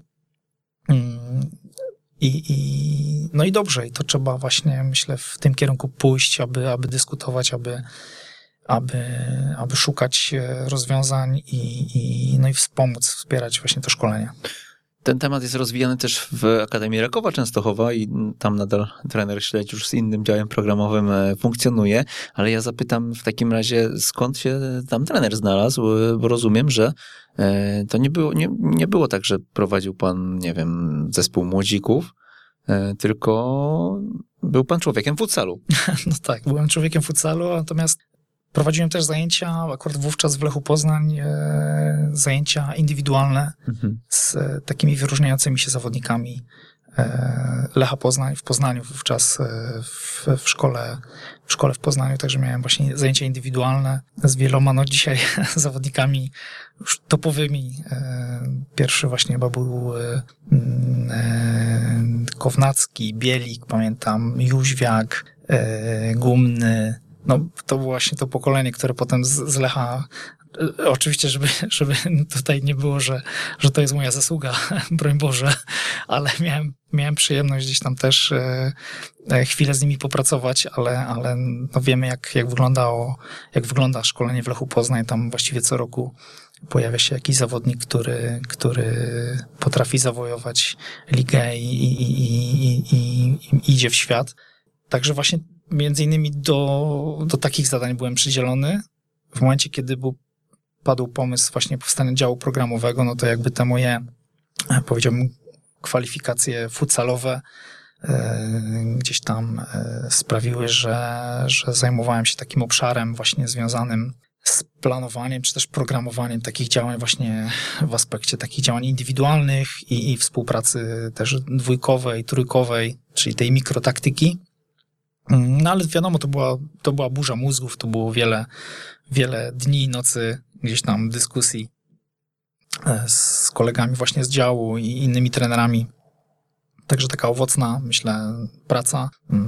No i dobrze, i to trzeba właśnie, myślę, w tym kierunku pójść, aby dyskutować, aby szukać rozwiązań no i wspierać właśnie to szkolenie. Ten temat jest rozwijany też w Akademii Rakowa Częstochowa i tam nadal trener Śledź już z innym działem programowym funkcjonuje, ale ja zapytam w takim razie, skąd się tam trener znalazł, bo rozumiem, że to nie było tak, że prowadził pan, nie wiem, zespół młodzików, tylko był pan człowiekiem futsalu. No tak, byłem człowiekiem futsalu, natomiast prowadziłem też zajęcia, akurat wówczas w Lechu Poznań, zajęcia indywidualne z takimi wyróżniającymi się zawodnikami Lecha Poznań, w Poznaniu wówczas w szkole w Poznaniu, także miałem właśnie zajęcia indywidualne z wieloma, no dzisiaj zawodnikami już topowymi. Pierwszy właśnie chyba był Kownacki, Bielik, pamiętam, Jóźwiak, Gumny. No, to było właśnie to pokolenie, które potem z Lecha, oczywiście, żeby tutaj nie było, że to jest moja zasługa, broń Boże, ale miałem przyjemność gdzieś tam też chwilę z nimi popracować, ale no wiemy, jak wygląda szkolenie w Lechu Poznań. Tam właściwie co roku pojawia się jakiś zawodnik, który potrafi zawojować ligę i idzie w świat. Także właśnie między innymi do takich zadań byłem przydzielony. W momencie, kiedy padł pomysł właśnie powstania działu programowego, no to jakby te moje, powiedziałbym, kwalifikacje futsalowe gdzieś tam sprawiły, że zajmowałem się takim obszarem właśnie związanym z planowaniem, czy też programowaniem takich działań właśnie w aspekcie takich działań indywidualnych i współpracy też dwójkowej, trójkowej, czyli tej mikrotaktyki. No ale wiadomo, to była burza mózgów, to było wiele dni i nocy gdzieś tam dyskusji z kolegami właśnie z działu i innymi trenerami. Także taka owocna, myślę, praca.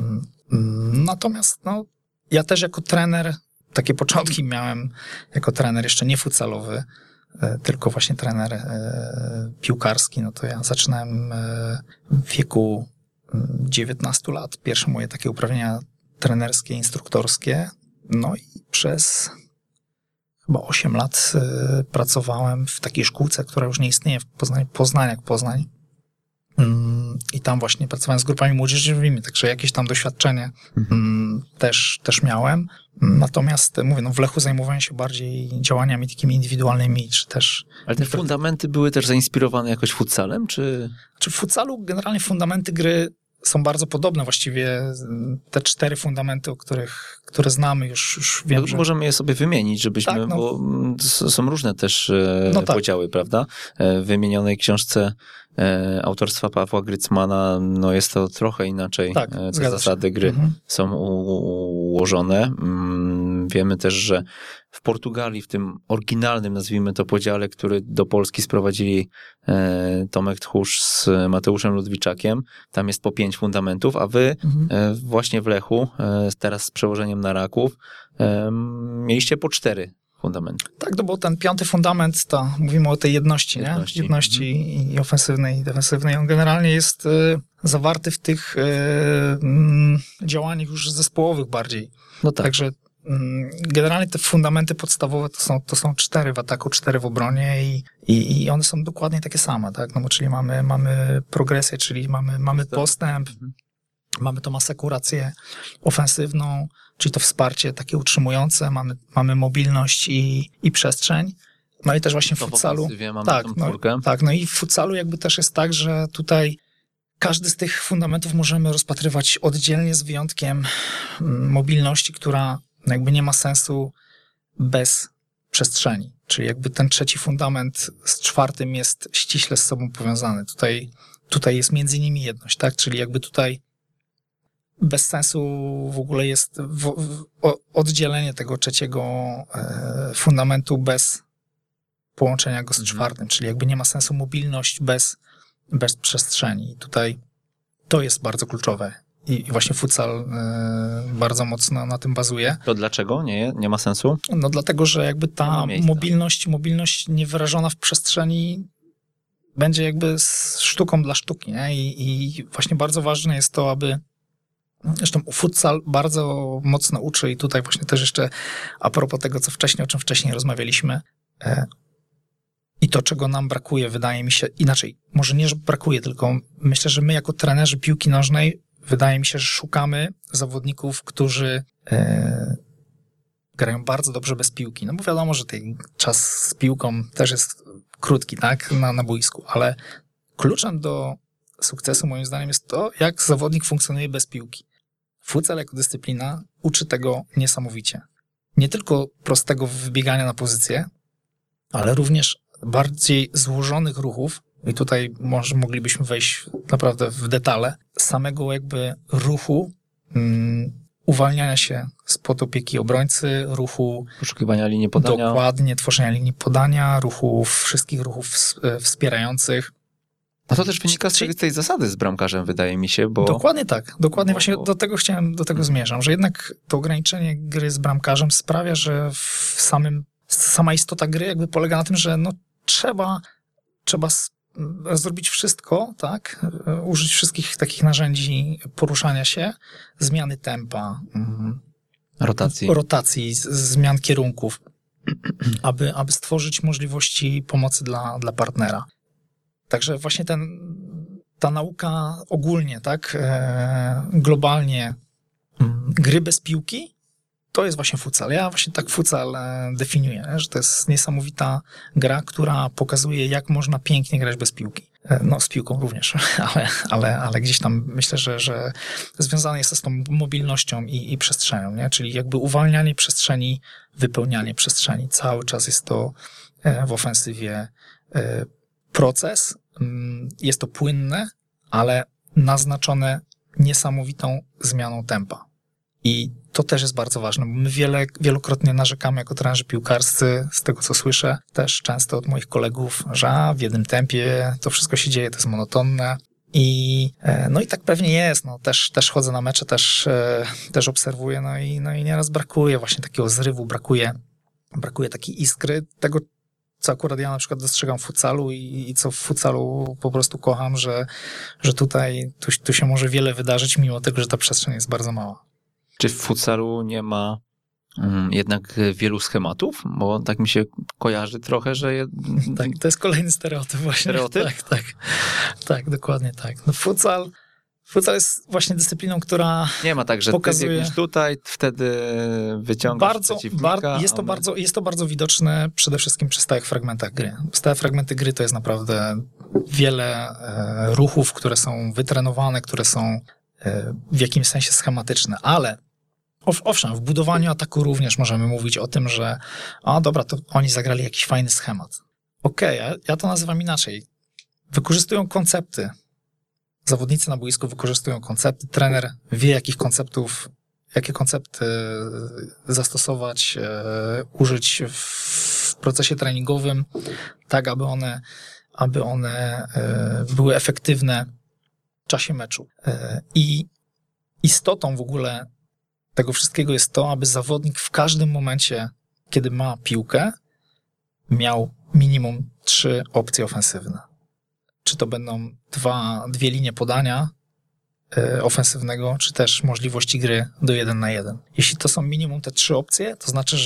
Natomiast no, ja też jako trener, takie początki miałem jako trener jeszcze nie futsalowy, tylko właśnie trener piłkarski. No to ja zaczynałem w wieku 19 lat, pierwsze moje takie uprawnienia trenerskie, instruktorskie. No i przez chyba 8 lat pracowałem w takiej szkółce, która już nie istnieje w Poznań. I tam właśnie pracowałem z grupami młodzieżowymi, także jakieś tam doświadczenie też miałem. Natomiast mówię, no w Lechu zajmowałem się bardziej działaniami takimi indywidualnymi, czy też... Ale te fundamenty były też zainspirowane jakoś futsalem, czy... Czy w futsalu generalnie fundamenty gry są bardzo podobne. Właściwie te 4 fundamenty, które znamy już wiem, no, że... Możemy je sobie wymienić, żebyśmy... Tak, no. Bo są różne też tak. podziały, prawda? W wymienionej książce autorstwa Pawła Grycmana, no jest to trochę inaczej. Tak, te zasady gry są ułożone. Wiemy też, że w Portugalii, w tym oryginalnym, nazwijmy to, podziale, który do Polski sprowadzili Tomek Tchórz z Mateuszem Ludwiczakiem, tam jest po 5 fundamentów, a wy właśnie w Lechu, teraz z przełożeniem na Raków, mieliście po 4 fundamenty. Tak, to był ten 5. fundament, mówimy o tej jedności. Nie? Jedności i ofensywnej, i defensywnej. On generalnie jest zawarty w tych działaniach już zespołowych bardziej. No tak. Także generalnie te fundamenty podstawowe to są 4 w ataku, 4 w obronie i one są dokładnie takie same, tak? No bo czyli mamy progresję, czyli mamy postęp, mamy tą asekurację ofensywną, czyli to wsparcie takie utrzymujące, mamy mobilność i przestrzeń. No i też właśnie w futsalu. No i w futsalu jakby też jest tak, że tutaj każdy z tych fundamentów możemy rozpatrywać oddzielnie, z wyjątkiem mobilności, która jakby nie ma sensu bez przestrzeni. Czyli jakby ten 3. fundament z 4 jest ściśle z sobą powiązany. Tutaj jest między nimi jedność, tak? Czyli jakby tutaj bez sensu w ogóle jest oddzielenie tego trzeciego fundamentu bez połączenia go z czwartym, czyli jakby nie ma sensu mobilność bez przestrzeni. I tutaj to jest bardzo kluczowe. I właśnie futsal bardzo mocno na tym bazuje. To dlaczego nie ma sensu? No dlatego, że jakby ta mobilność niewyrażona w przestrzeni będzie jakby sztuką dla sztuki, nie? I właśnie bardzo ważne jest to, aby zresztą futsal bardzo mocno uczy i tutaj właśnie też jeszcze a propos tego, o czym wcześniej rozmawialiśmy, i to, czego nam brakuje, wydaje mi się, inaczej, może nie, że brakuje, tylko myślę, że my jako trenerzy piłki nożnej, wydaje mi się, że szukamy zawodników, którzy grają bardzo dobrze bez piłki. No bo wiadomo, że ten czas z piłką też jest krótki, tak, na boisku, ale kluczem do sukcesu moim zdaniem jest to, jak zawodnik funkcjonuje bez piłki. Futsal jako dyscyplina uczy tego niesamowicie. Nie tylko prostego wybiegania na pozycję, ale również bardziej złożonych ruchów, i tutaj może moglibyśmy wejść naprawdę w detale, samego jakby ruchu, uwalniania się spod opieki obrońcy, ruchu Poszukiwania linii podania. Dokładnie, tworzenia linii podania, wszystkich ruchów wspierających. A to też wynika z tej zasady z bramkarzem, wydaje mi się, bo... Dokładnie tak. Dokładnie właśnie do tego zmierzam, że jednak to ograniczenie gry z bramkarzem sprawia, że sama istota gry jakby polega na tym, że no trzeba zrobić wszystko, tak? Użyć wszystkich takich narzędzi poruszania się, zmiany tempa, rotacji, zmian kierunków, aby stworzyć możliwości pomocy dla partnera. Także właśnie ta nauka ogólnie, tak, globalnie gry bez piłki, to jest właśnie futsal. Ja właśnie tak futsal definiuję, że to jest niesamowita gra, która pokazuje, jak można pięknie grać bez piłki. No, z piłką również, ale gdzieś tam myślę, że związane jest to z tą mobilnością i przestrzenią, nie? Czyli jakby uwalnianie przestrzeni, wypełnianie przestrzeni. Cały czas jest to w ofensywie proces. Jest to płynne, ale naznaczone niesamowitą zmianą tempa. I to też jest bardzo ważne, bo my wielokrotnie narzekamy jako trenerzy piłkarscy, z tego co słyszę, też często od moich kolegów, że w jednym tempie to wszystko się dzieje, to jest monotonne. No i tak pewnie jest, no też chodzę na mecze, też obserwuję, no i nieraz brakuje właśnie takiego zrywu, brakuje takiej iskry, tego co akurat ja na przykład dostrzegam w futsalu i co w futsalu po prostu kocham, że tu się może wiele wydarzyć, mimo tego, że ta przestrzeń jest bardzo mała. Czy w futsalu nie ma jednak wielu schematów? Bo tak mi się kojarzy trochę, że... Tak, to jest kolejny stereotyp właśnie. Stereotyp? Tak, dokładnie tak. No futsal jest właśnie dyscypliną, która nie ma tak, że pokazuje... ty biegniesz tutaj, wtedy wyciągasz przeciwnika. Jest to bardzo widoczne przede wszystkim przy stałych fragmentach gry. Stałe fragmenty gry to jest naprawdę wiele ruchów, które są wytrenowane, które są w jakimś sensie schematyczne, ale owszem, w budowaniu ataku również możemy mówić o tym, że dobra, to oni zagrali jakiś fajny schemat. Okej, ja to nazywam inaczej. Wykorzystują koncepty. Zawodnicy na boisku wykorzystują koncepty. Trener wie, jakie koncepty zastosować, użyć w procesie treningowym, tak aby one były efektywne w czasie meczu. I istotą w ogóle tego wszystkiego jest to, aby zawodnik w każdym momencie, kiedy ma piłkę, miał minimum 3 opcje ofensywne. Czy to będą dwie linie podania ofensywnego, czy też możliwości gry do 1 na 1. Jeśli to są minimum te 3 opcje, to znaczy,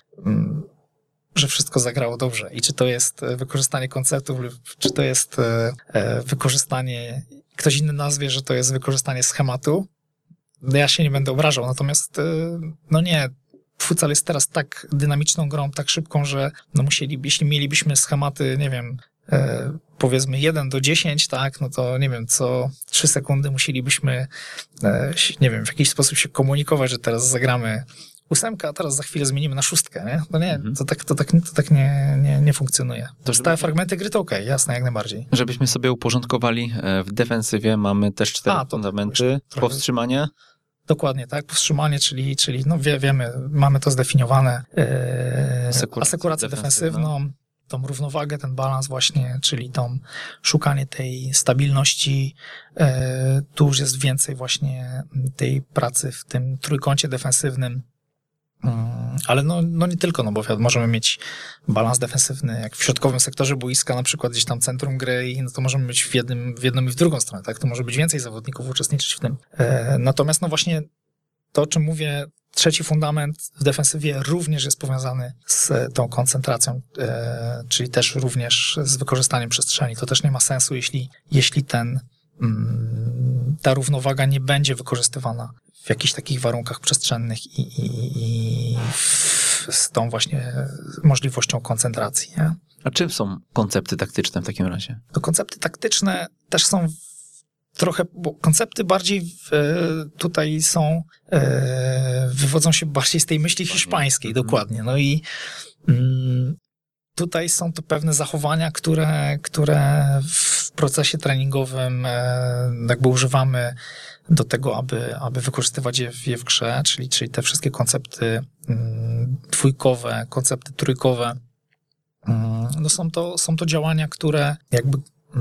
że wszystko zagrało dobrze. I czy to jest wykorzystanie konceptów, czy to jest wykorzystanie, ktoś inny nazwie, że to jest wykorzystanie schematu, ja się nie będę obrażał. Natomiast no nie, futsal jest teraz tak dynamiczną grą, tak szybką, że no jeśli mielibyśmy schematy, nie wiem, powiedzmy 1 do 10, tak, no to nie wiem, co 3 sekundy musielibyśmy, nie wiem, w jakiś sposób się komunikować, że teraz zagramy 8, a teraz za chwilę zmienimy na 6, nie? No nie, to tak nie funkcjonuje. Stałe fragmenty gry to okej, jasne, jak najbardziej. Żebyśmy sobie uporządkowali, w defensywie mamy też 4 fundamenty, powstrzymanie. Dokładnie, tak. Powstrzymanie, czyli no wiemy, mamy to zdefiniowane. Asekurację defensywną, tą równowagę, ten balans właśnie, czyli tą szukanie tej stabilności. Tu już jest więcej właśnie tej pracy w tym trójkącie defensywnym. Ale no nie tylko, no bo możemy mieć balans defensywny jak w środkowym sektorze boiska, na przykład gdzieś tam centrum gry i no to możemy być w jedną i w drugą stronę, tak? To może być więcej zawodników uczestniczyć w tym. Natomiast no właśnie to, o czym mówię, trzeci fundament w defensywie również jest powiązany z tą koncentracją, czyli też również z wykorzystaniem przestrzeni. To też nie ma sensu, jeśli ta równowaga nie będzie wykorzystywana w jakichś takich warunkach przestrzennych i z tą właśnie możliwością koncentracji. Nie? A czym są koncepty taktyczne w takim razie? To koncepty taktyczne też są trochę, bo koncepty bardziej tutaj są, wywodzą się bardziej z tej myśli hiszpańskiej, dokładnie. No i tutaj są to pewne zachowania, które w procesie treningowym jakby używamy do tego, aby wykorzystywać je w grze, czyli te wszystkie koncepty dwójkowe, koncepty trójkowe. No są to działania, które jakby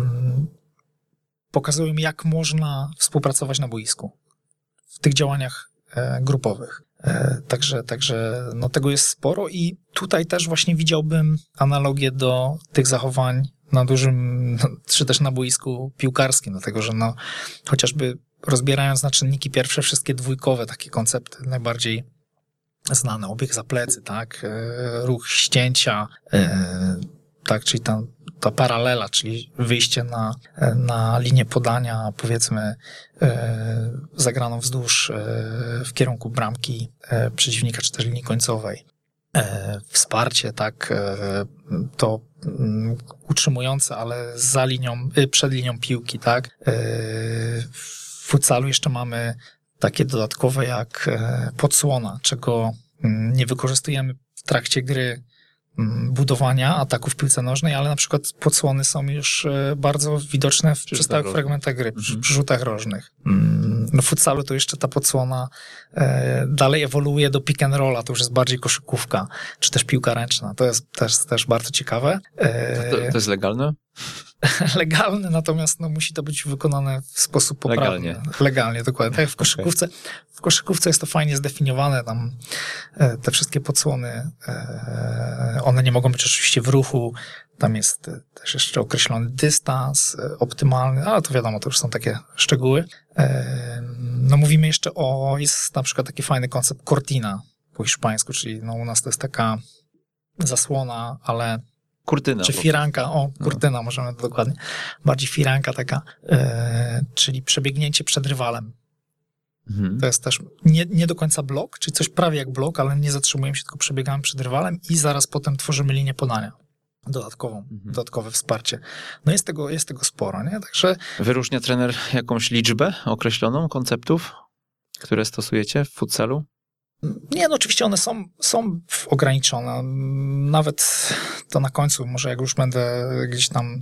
pokazują, jak można współpracować na boisku w tych działaniach grupowych. Także no tego jest sporo i tutaj też właśnie widziałbym analogię do tych zachowań na dużym, czy też na boisku piłkarskim, dlatego że no chociażby rozbierając na czynniki pierwsze wszystkie dwójkowe takie koncepty najbardziej znane, obieg za plecy, tak, ruch ścięcia, tak, czyli ta paralela, czyli wyjście na linię podania, powiedzmy, zagraną wzdłuż w kierunku bramki przeciwnika, czy też linii końcowej. Wsparcie, tak, to utrzymujące, ale za linią, przed linią piłki, tak. W futsalu jeszcze mamy takie dodatkowe jak podsłona, czego nie wykorzystujemy w trakcie gry budowania ataków w piłce nożnej, ale na przykład podsłony są już bardzo widoczne przy stałych fragmentach gry, przy rzutach rożnych. No w futsalu to jeszcze ta podsłona dalej ewoluuje do pick and rolla, to już jest bardziej koszykówka, czy też piłka ręczna. To jest też bardzo ciekawe. To jest legalne? Legalne, natomiast no, musi to być wykonane w sposób poprawny. Legalnie, dokładnie. Tak jak w koszykówce. W koszykówce jest to fajnie zdefiniowane, tam te wszystkie podsłony, one nie mogą być oczywiście w ruchu, tam jest też jeszcze określony dystans optymalny, ale to wiadomo, to już są takie szczegóły. No mówimy jeszcze jest na przykład taki fajny koncept cortina po hiszpańsku, czyli no u nas to jest taka zasłona, ale kurtyna. Czy firanka, kurtyna możemy dokładnie. Bardziej firanka taka, czyli przebiegnięcie przed rywalem. To jest też nie do końca blok, czyli coś prawie jak blok, ale nie zatrzymujemy się, tylko przebiegamy przed rywalem i zaraz potem tworzymy linię podania. Dodatkowe wsparcie. No jest tego sporo, nie? Także... Wyróżnia trener jakąś liczbę określoną konceptów, które stosujecie w futsalu? Nie, no oczywiście one są ograniczone. Nawet to na końcu, może jak już będę gdzieś tam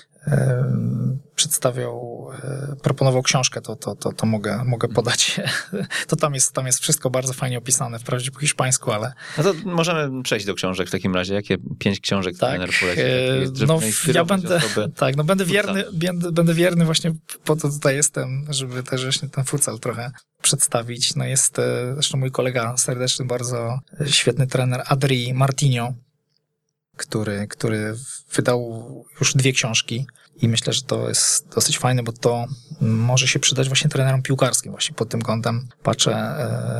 przedstawiał, proponował książkę, to mogę podać. To tam jest wszystko bardzo fajnie opisane, wprawdzie po hiszpańsku, ale... No to możemy przejść do książek w takim razie. Jakie 5 książek trener poleci? No ja będę wierny właśnie, po to tutaj jestem, żeby też właśnie ten futsal trochę przedstawić. No jest zresztą mój kolega serdeczny, bardzo świetny trener Adri Martinho, który wydał już 2 książki i myślę, że to jest dosyć fajne, bo to może się przydać właśnie trenerom piłkarskim, właśnie pod tym kątem patrzę.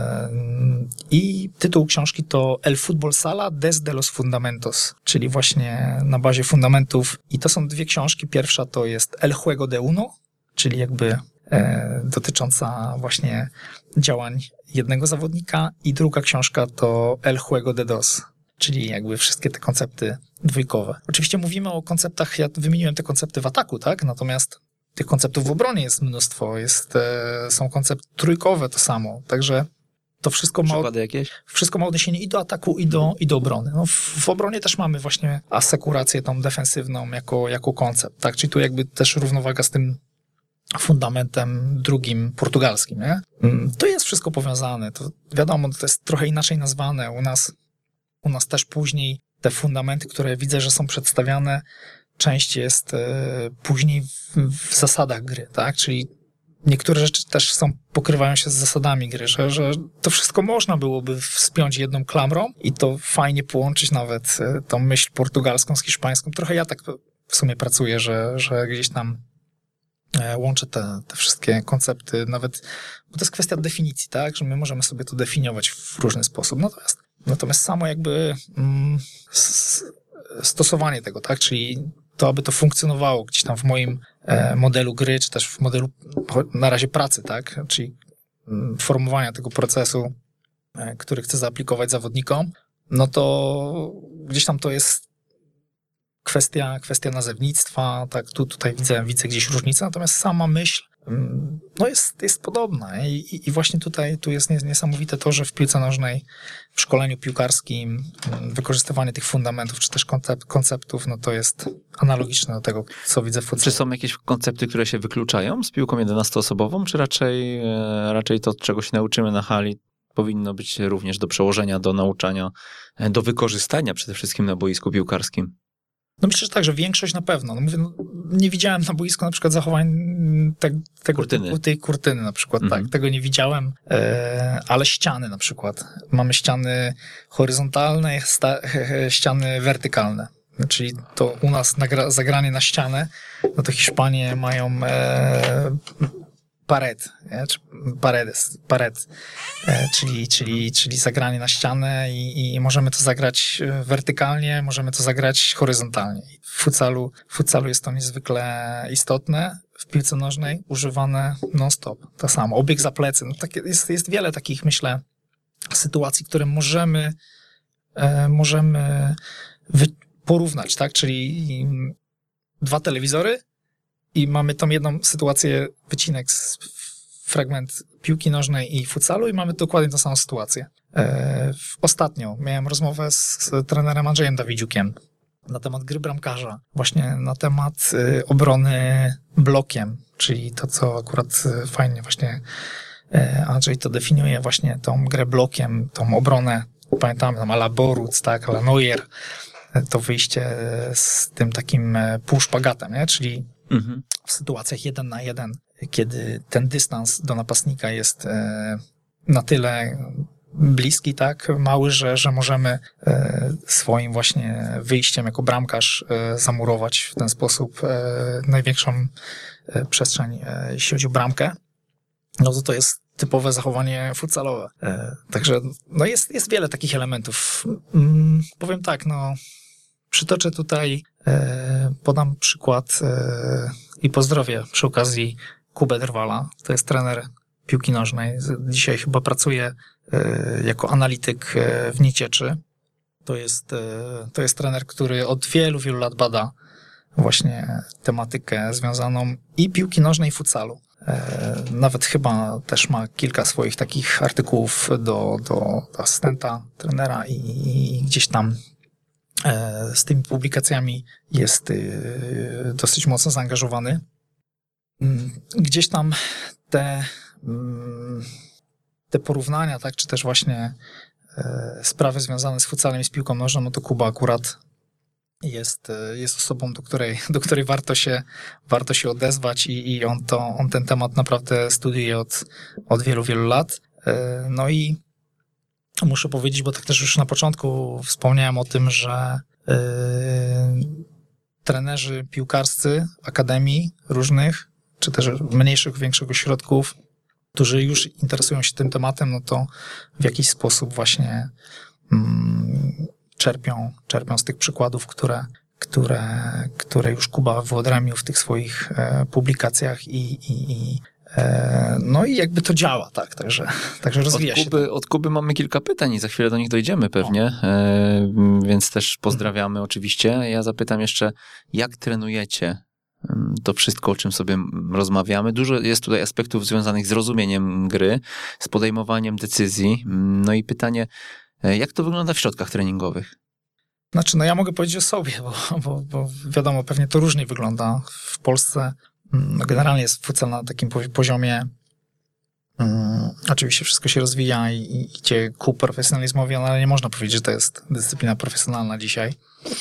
I tytuł książki to El Fútbol Sala desde los Fundamentos, czyli właśnie na bazie fundamentów. I to są 2 książki. Pierwsza to jest El Juego de Uno, czyli jakby dotycząca właśnie działań jednego zawodnika, i druga książka to El Juego de Dos, czyli jakby wszystkie te koncepty dwójkowe. Oczywiście mówimy o konceptach, ja wymieniłem te koncepty w ataku, tak? Natomiast tych konceptów w obronie jest mnóstwo, są koncepty trójkowe to samo, także to wszystko ma odniesienie i do ataku, i do obrony. No w obronie też mamy właśnie asekurację tą defensywną jako koncept, tak? Czyli tu jakby też równowaga z tym fundamentem drugim portugalskim, nie? To jest wszystko powiązane. To wiadomo, to jest trochę inaczej nazwane. U nas też później te fundamenty, które widzę, że są przedstawiane, część jest później w zasadach gry, tak? Czyli niektóre rzeczy też pokrywają się z zasadami gry, że to wszystko można byłoby wspiąć jedną klamrą i to fajnie połączyć nawet tą myśl portugalską z hiszpańską. Trochę ja tak w sumie pracuję, że gdzieś tam łączę te wszystkie koncepty, nawet, bo to jest kwestia definicji, tak? Że my możemy sobie to definiować w różny sposób. Natomiast samo jakby stosowanie tego, tak? Czyli to, aby to funkcjonowało gdzieś tam w moim modelu gry, czy też w modelu na razie pracy, tak? Czyli formowania tego procesu, który chcę zaaplikować zawodnikom, no to gdzieś tam to jest kwestia nazewnictwa, tak? Tutaj widzę gdzieś różnicę, natomiast sama myśl no jest podobna i właśnie tu jest niesamowite to, że w piłce nożnej, w szkoleniu piłkarskim wykorzystywanie tych fundamentów, czy też konceptów, no to jest analogiczne do tego, co widzę w futsalu. Czy są jakieś koncepty, które się wykluczają z piłką 11-osobową, czy raczej to, czego się nauczymy na hali, powinno być również do przełożenia, do nauczania, do wykorzystania przede wszystkim na boisku piłkarskim? No myślę, że tak, że większość na pewno. No mówię, nie widziałem na boisku na przykład zachowań tej kurtyny na przykład, tak, tego nie widziałem, ale ściany na przykład. Mamy ściany horyzontalne, ściany wertykalne. Czyli to u nas zagranie na ścianę, no to Hiszpanie mają pared, czyli zagranie na ścianę i możemy to zagrać wertykalnie, możemy to zagrać horyzontalnie. W futsalu jest to niezwykle istotne, w piłce nożnej używane non-stop. To samo, obieg za plecy. No jest wiele takich, myślę, sytuacji, które możemy porównać, tak? Czyli 2 telewizory i mamy tą jedną sytuację, wycinek, fragment piłki nożnej i futsalu i mamy dokładnie tą samą sytuację. Ostatnio miałem rozmowę z trenerem Andrzejem Dawidziukiem na temat gry bramkarza, właśnie na temat obrony blokiem, czyli to, co akurat fajnie właśnie Andrzej to definiuje, właśnie tą grę blokiem, tą obronę, pamiętamy tam a la Boruc, tak, a la Neuer, to wyjście z tym takim półszpagatem, nie? Czyli w sytuacjach 1 na 1, kiedy ten dystans do napastnika jest na tyle bliski, tak, mały, że możemy swoim właśnie wyjściem jako bramkarz zamurować w ten sposób największą przestrzeń, jeśli chodzi o bramkę, no to jest typowe zachowanie futsalowe. Także no jest wiele takich elementów. Powiem tak, no przytoczę tutaj, podam przykład i pozdrowię przy okazji Kubę Drwala. To jest trener piłki nożnej. Dzisiaj chyba pracuje jako analityk w Niecieczy. To jest trener, który od wielu lat bada właśnie tematykę związaną i piłki nożnej, i futsalu. Nawet chyba też ma kilka swoich takich artykułów do asystenta trenera i gdzieś tam z tymi publikacjami jest dosyć mocno zaangażowany. Gdzieś tam te porównania, tak, czy też właśnie sprawy związane z futsalem i z piłką nożną, no to Kuba akurat jest osobą, do której warto się odezwać i on ten temat naprawdę studiuje od wielu lat. No i muszę powiedzieć, bo tak też już na początku wspomniałem o tym, że trenerzy piłkarscy akademii różnych, czy też mniejszych, większych ośrodków, którzy już interesują się tym tematem, no to w jakiś sposób właśnie czerpią z tych przykładów, które już Kuba wyodrębnił w tych swoich publikacjach no i jakby to działa, tak, także rozwija się. Od Kuby mamy kilka pytań i za chwilę do nich dojdziemy pewnie, więc też pozdrawiamy oczywiście. Ja zapytam jeszcze, jak trenujecie to wszystko, o czym sobie rozmawiamy? Dużo jest tutaj aspektów związanych z rozumieniem gry, z podejmowaniem decyzji. No i pytanie, jak to wygląda w środkach treningowych? Znaczy, no ja mogę powiedzieć o sobie, bo wiadomo, pewnie to różnie wygląda. W Polsce generalnie jest futsal na takim poziomie Oczywiście wszystko się rozwija i idzie ku profesjonalizmowi, ale nie można powiedzieć, że to jest dyscyplina profesjonalna dzisiaj.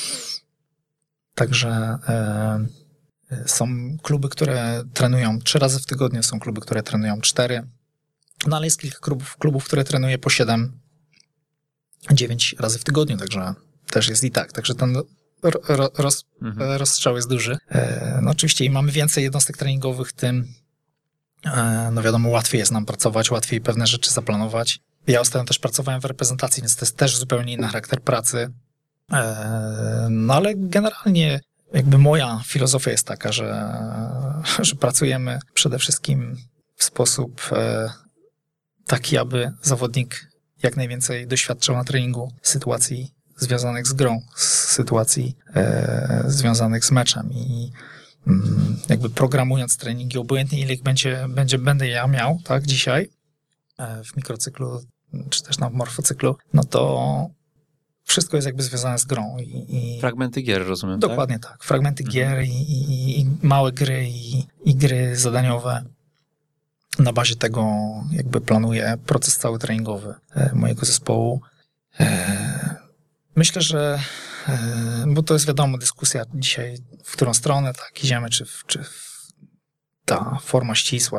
Także są kluby, które trenują 3 razy w tygodniu, są kluby, które trenują 4, no ale jest kilka klubów, które trenuje po 7, 9 razy w tygodniu, także też jest i tak. Także ten rozstrzał jest duży. No oczywiście im mamy więcej jednostek treningowych, tym no wiadomo, łatwiej jest nam pracować, łatwiej pewne rzeczy zaplanować. Ja ostatnio też pracowałem w reprezentacji, więc to jest też zupełnie inny charakter pracy. No ale generalnie jakby moja filozofia jest taka, że pracujemy przede wszystkim w sposób taki, aby zawodnik jak najwięcej doświadczał na treningu sytuacji związanych z grą, sytuacji związanych z meczem i jakby programując treningi, obojętnie ile ich będę ja miał, tak, dzisiaj w mikrocyklu, czy też na morfocyklu, no to wszystko jest jakby związane z grą. Fragmenty gier, rozumiem, dokładnie tak. Fragmenty gier i małe gry i gry zadaniowe. Na bazie tego jakby planuję proces cały treningowy mojego zespołu. Myślę, że bo to jest wiadomo dyskusja dzisiaj, w którą stronę tak idziemy, czy ta forma ścisła,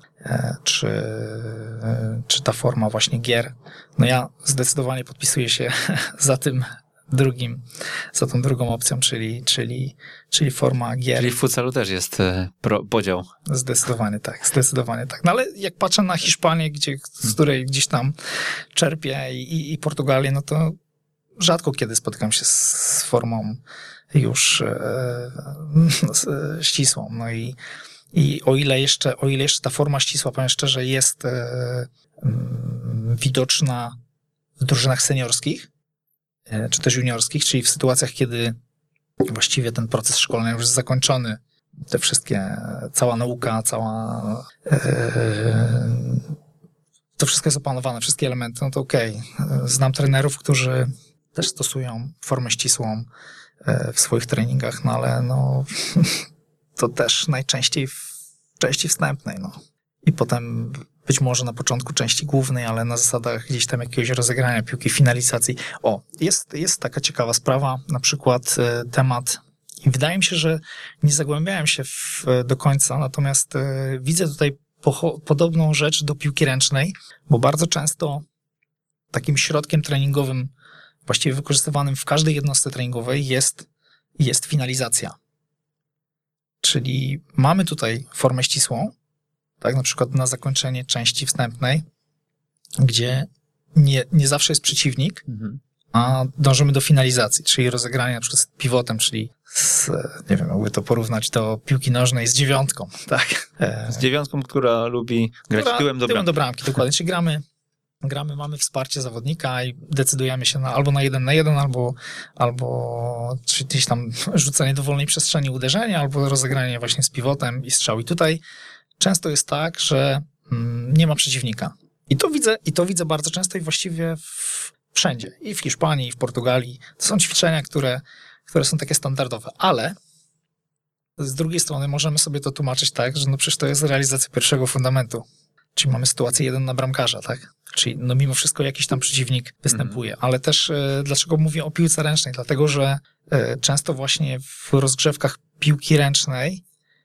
czy ta forma właśnie gier. No ja zdecydowanie podpisuję się za tą drugą opcją, czyli forma gier. Czyli w futsalu też jest podział. Zdecydowanie tak. No ale jak patrzę na Hiszpanię, z której gdzieś tam czerpię i Portugalię, no to rzadko kiedy spotykam się z formą już ścisłą. No i o ile jeszcze ta forma ścisła, powiem szczerze, jest widoczna w drużynach seniorskich, czy też juniorskich, czyli w sytuacjach, kiedy właściwie ten proces szkolenia już jest zakończony, te wszystkie, cała nauka, to wszystko jest opanowane, wszystkie elementy, no to okej. Znam trenerów, którzy też stosują formę ścisłą w swoich treningach, no ale no to też najczęściej w części wstępnej, no. I potem być może na początku części głównej, ale na zasadach gdzieś tam jakiegoś rozegrania piłki, finalizacji. Jest taka ciekawa sprawa, na przykład temat, i wydaje mi się, że nie zagłębiałem się do końca, natomiast widzę tutaj podobną rzecz do piłki ręcznej, bo bardzo często takim środkiem treningowym, właściwie wykorzystywanym w każdej jednostce treningowej jest finalizacja. Czyli mamy tutaj formę ścisłą, tak, na przykład na zakończenie części wstępnej, gdzie nie zawsze jest przeciwnik, a dążymy do finalizacji, czyli rozegrania na przykład z pivotem, czyli nie wiem, jakby to porównać do piłki nożnej z 9, tak. Z 9, która lubi grać tyłem do bramki. Tyłem do bramki, dokładnie. Czyli gramy, mamy wsparcie zawodnika i decydujemy się albo na 1-1, albo czy gdzieś tam rzucenie do wolnej przestrzeni, uderzenie, albo rozegranie właśnie z pivotem i strzał. I tutaj często jest tak, że nie ma przeciwnika. I to widzę bardzo często i właściwie wszędzie. I w Hiszpanii, i w Portugalii. To są ćwiczenia, które są takie standardowe. Ale z drugiej strony możemy sobie to tłumaczyć tak, że no przecież to jest realizacja pierwszego fundamentu. Czyli mamy sytuację 1 na bramkarza, tak? Czyli no mimo wszystko jakiś tam przeciwnik występuje. Ale też dlaczego mówię o piłce ręcznej? Dlatego, że często właśnie w rozgrzewkach piłki ręcznej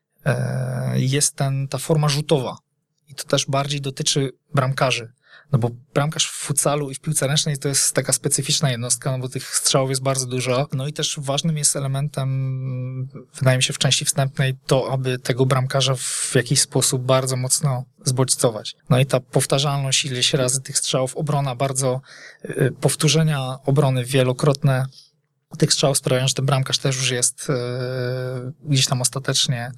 jest ta forma rzutowa. I to też bardziej dotyczy bramkarzy. No bo bramkarz w futsalu i w piłce ręcznej to jest taka specyficzna jednostka, no bo tych strzałów jest bardzo dużo. No i też ważnym jest elementem, wydaje mi się, w części wstępnej to, aby tego bramkarza w jakiś sposób bardzo mocno zbodźcować. No i ta powtarzalność, ileś razy tych strzałów, obrona bardzo, powtórzenia obrony wielokrotne tych strzałów sprawiają, że ten bramkarz też już jest gdzieś tam ostatecznie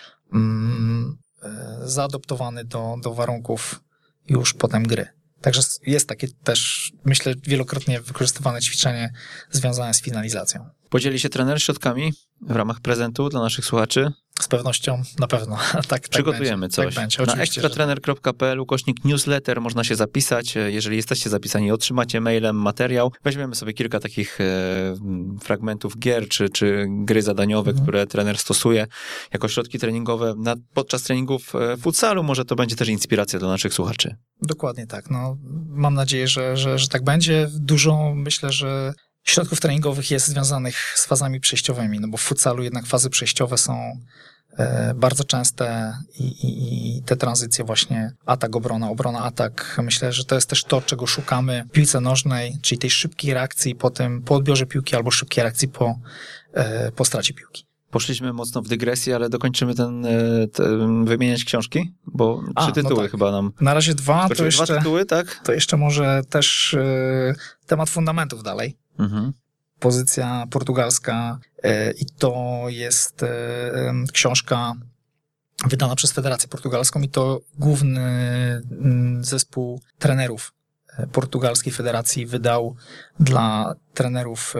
zaadoptowany do warunków już potem gry. Także jest takie też, myślę, wielokrotnie wykorzystywane ćwiczenie związane z finalizacją. Podzieli się trener środkami w ramach prezentu dla naszych słuchaczy? Z pewnością, na pewno. Tak Przygotujemy będzie, coś. Tak będzie, Na oczywiście. ekstratrener.pl/newsletter można się zapisać. Jeżeli jesteście zapisani, otrzymacie mailem materiał. Weźmiemy sobie kilka takich fragmentów gier, czy gry zadaniowe, które trener stosuje jako środki treningowe podczas treningów futsalu. Może to będzie też inspiracja dla naszych słuchaczy. Dokładnie tak. No, mam nadzieję, że tak będzie. Dużo, myślę, że środków treningowych jest związanych z fazami przejściowymi, no bo w futsalu jednak fazy przejściowe są bardzo częste i te tranzycje właśnie atak, obrona, obrona, atak. Myślę, że to jest też to, czego szukamy w piłce nożnej, czyli tej szybkiej reakcji po odbiorze piłki albo szybkiej reakcji po stracie piłki. Poszliśmy mocno w dygresję, ale dokończymy wymieniać książki, bo 3 tytuły tak. chyba nam... Na razie 2, to jeszcze... 2 tytuły, tak? To jeszcze może też temat fundamentów dalej. Pozycja portugalska i to jest książka wydana przez Federację Portugalską i to główny zespół trenerów portugalskiej federacji wydał dla trenerów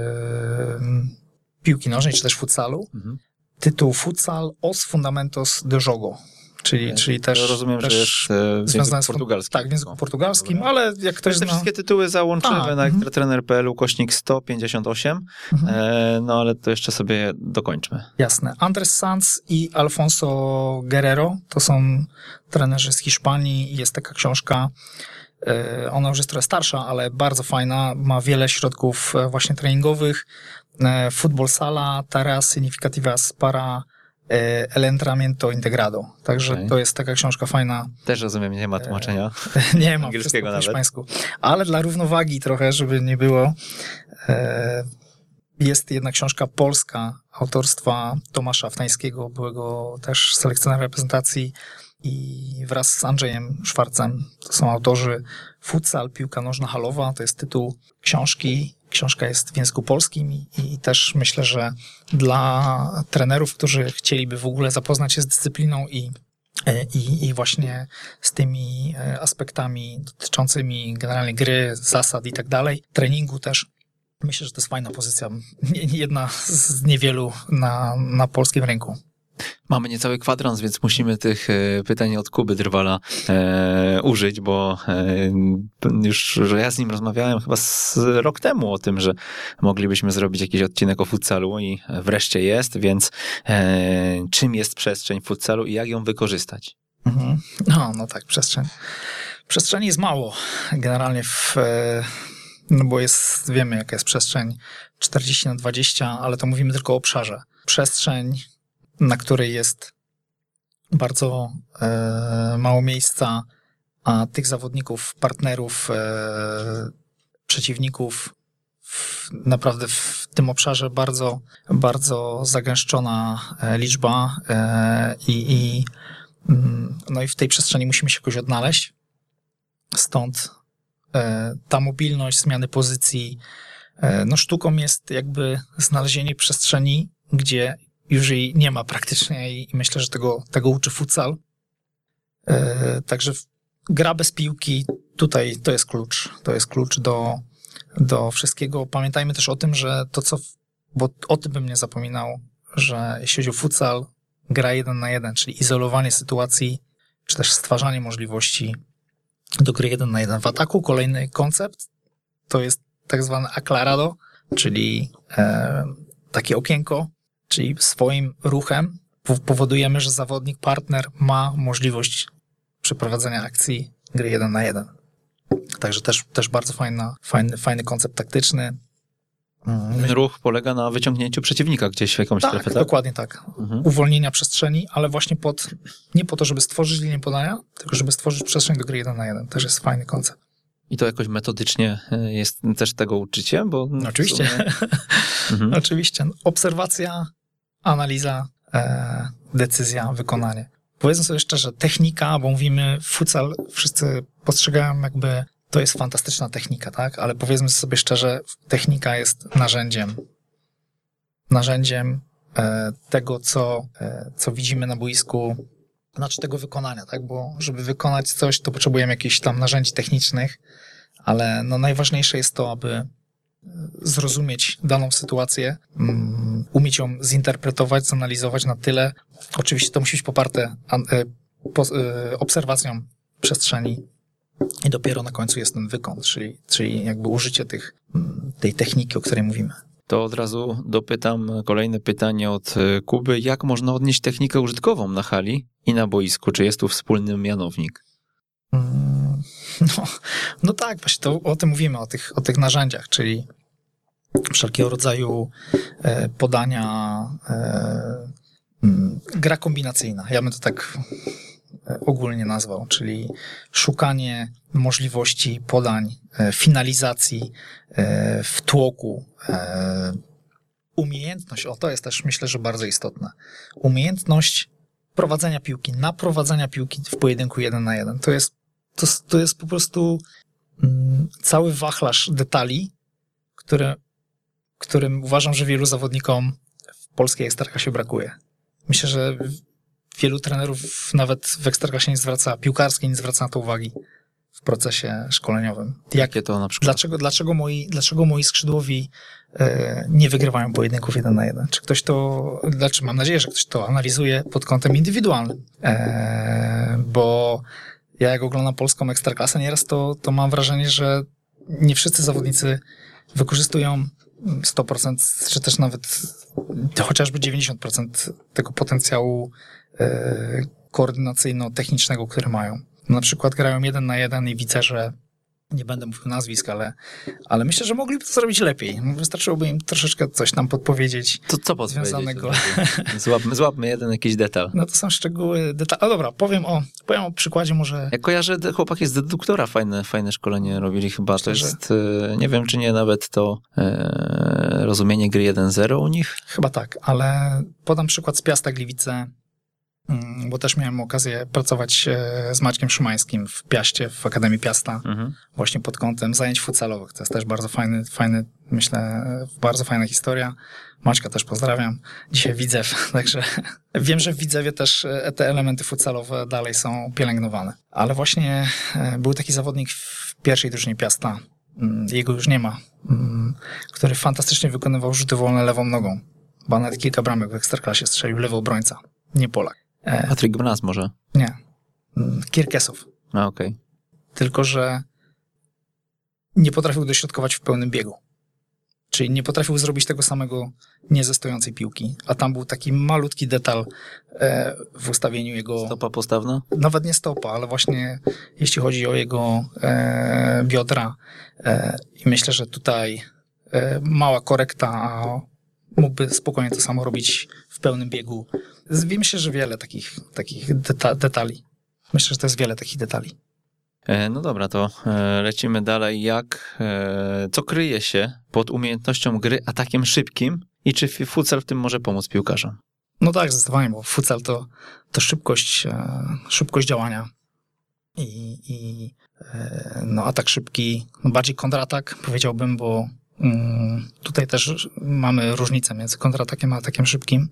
piłki nożnej czy też futsalu tytuł Futsal os Fundamentos do Jogo. Czyli też... Rozumiem, że jest w języku portugalskim. Tak, w języku portugalskim, ale jak ktoś te zna... wszystkie tytuły załączymy na ekstratrener.pl/158, no ale to jeszcze sobie dokończmy. Jasne. Andres Sanz i Alfonso Guerrero to są trenerzy z Hiszpanii. Jest taka książka, ona już jest trochę starsza, ale bardzo fajna. Ma wiele środków właśnie treningowych. Fútbol sala, tareas significativas para el entrenamiento integrado. Także to jest taka książka fajna. Też rozumiem, nie ma tłumaczenia. Nie ma angielskiego po nawet. hiszpańsku. Ale dla równowagi trochę, żeby nie było, jest jedna książka polska autorstwa Tomasza Wtańskiego, byłego też selekcjonera reprezentacji i wraz z Andrzejem Szwarcem, to są autorzy Futsal, piłka nożna halowa, to jest tytuł książki. Książka jest w języku polskim i też myślę, że dla trenerów, którzy chcieliby w ogóle zapoznać się z dyscypliną i właśnie z tymi aspektami dotyczącymi generalnie gry, zasad i tak dalej, treningu też, myślę, że to jest fajna pozycja. Jedna z niewielu na polskim rynku. Mamy niecały kwadrans, więc musimy tych pytań od Kuby Drwala użyć, bo już że ja z nim rozmawiałem chyba rok temu o tym, że moglibyśmy zrobić jakiś odcinek o futsalu i wreszcie jest, więc czym jest przestrzeń w futsalu i jak ją wykorzystać? No tak, przestrzeń. Przestrzeni jest mało generalnie no bo wiemy jaka jest przestrzeń 40x20, ale to mówimy tylko o obszarze. Przestrzeń, na której jest bardzo mało miejsca, a tych zawodników, partnerów, przeciwników naprawdę w tym obszarze bardzo, bardzo zagęszczona liczba no i w tej przestrzeni musimy się jakoś odnaleźć. Stąd ta mobilność, zmiany pozycji, no sztuką jest jakby znalezienie przestrzeni, gdzie już jej nie ma praktycznie i myślę, że tego uczy futsal. Także gra bez piłki tutaj to jest klucz. To jest klucz do wszystkiego. Pamiętajmy też o tym, że bo o tym bym nie zapominał, że jeśli chodzi o futsal, gra 1 na 1, czyli izolowanie sytuacji, czy też stwarzanie możliwości do gry 1 na 1. W ataku kolejny koncept to jest tak zwane aclarado, czyli takie okienko, czyli swoim ruchem powodujemy, że zawodnik, partner ma możliwość przeprowadzenia akcji gry 1 na 1. Także też bardzo fajny koncept taktyczny. Ten ruch polega na wyciągnięciu przeciwnika gdzieś w jakąś strefę, tak? Dokładnie tak. Uwolnienia przestrzeni, ale właśnie nie po to, żeby stworzyć linię podania, tylko żeby stworzyć przestrzeń do gry 1 na 1. Też jest fajny koncept. I to jakoś metodycznie jest też tego uczycie? Bo oczywiście. Oczywiście. Obserwacja, analiza, decyzja, wykonanie. Powiedzmy sobie szczerze, technika, bo mówimy futsal, wszyscy postrzegają jakby to jest fantastyczna technika, tak? Ale powiedzmy sobie szczerze, technika jest narzędziem tego, co widzimy na boisku, znaczy tego wykonania, tak? Bo żeby wykonać coś, to potrzebujemy jakichś tam narzędzi technicznych, ale no najważniejsze jest to, aby zrozumieć daną sytuację umieć ją zinterpretować, zanalizować na tyle. Oczywiście to musi być poparte obserwacją przestrzeni i dopiero na końcu jest ten wykon, czyli jakby użycie tej techniki, o której mówimy. To od razu dopytam kolejne pytanie od Kuby. Jak można odnieść technikę użytkową na hali i na boisku? Czy jest tu wspólny mianownik? No tak, właśnie to o tym mówimy, o tych narzędziach, czyli wszelkiego rodzaju podania, gra kombinacyjna. Ja bym to tak ogólnie nazwał, czyli szukanie możliwości podań, finalizacji w tłoku, umiejętność, to jest też myślę, że bardzo istotne, umiejętność prowadzenia piłki, naprowadzania piłki w pojedynku 1 na 1. To jest po prostu cały wachlarz detali, którym uważam, że wielu zawodnikom w polskiej Ekstraklasie brakuje. Myślę, że wielu trenerów nawet w Ekstraklasie piłkarskiej nie zwraca na to uwagi w procesie szkoleniowym. Jakie to na przykład? Dlaczego moi skrzydłowi nie wygrywają pojedynków 1 na 1? Czy ktoś mam nadzieję, że ktoś to analizuje pod kątem indywidualnym. Bo ja jak oglądam polską Ekstraklasę nieraz, to mam wrażenie, że nie wszyscy zawodnicy wykorzystują 100%, czy też nawet chociażby 90% tego potencjału koordynacyjno-technicznego, który mają. Na przykład grają 1 na 1 i widzę, że nie będę mówił nazwisk, ale myślę, że mogliby to zrobić lepiej. Wystarczyłoby im troszeczkę coś tam podpowiedzieć. To co podpowiedzieć? Związanego. Złapmy jeden jakiś detal. No to są szczegóły, detale. Dobra, powiem o przykładzie może. Ja kojarzę, chłopaki z deduktora fajne szkolenie robili chyba. Myślę, to jest, nie wiem czy nie nawet to rozumienie gry 1-0 u nich. Chyba tak, ale podam przykład z Piasta Gliwice, bo też miałem okazję pracować z Maćkiem Szymańskim w Piaście, w Akademii Piasta, właśnie pod kątem zajęć futsalowych. To jest też bardzo fajny, myślę, bardzo fajna historia. Maćka też pozdrawiam. Dzisiaj Widzew, także wiem, że w Widzewie też te elementy futsalowe dalej są pielęgnowane. Ale właśnie był taki zawodnik w pierwszej drużynie Piasta, jego już nie ma, który fantastycznie wykonywał rzuty wolne lewą nogą. Bo nawet kilka bramek w Ekstraklasie strzelił lewy obrońca, nie Polak. Patryk Bnas może? Nie. Kierkesow. Okej. Tylko że nie potrafił dośrodkować w pełnym biegu. Czyli nie potrafił zrobić tego samego nie ze stojącej piłki. A tam był taki malutki detal w ustawieniu jego... Stopa postawna? Nawet nie stopa, ale właśnie jeśli chodzi o jego biodra. I myślę, że tutaj mała korekta, a mógłby spokojnie to samo robić w pełnym biegu. Myślę, że wiele takich detali. Myślę, że to jest wiele takich detali. No dobra, to lecimy dalej. Co kryje się pod umiejętnością gry atakiem szybkim i czy futsal w tym może pomóc piłkarzom? No tak, zdecydowanie, bo futsal to szybkość działania i atak szybki, bardziej kontratak powiedziałbym, bo tutaj też mamy różnicę między kontratakiem a atakiem szybkim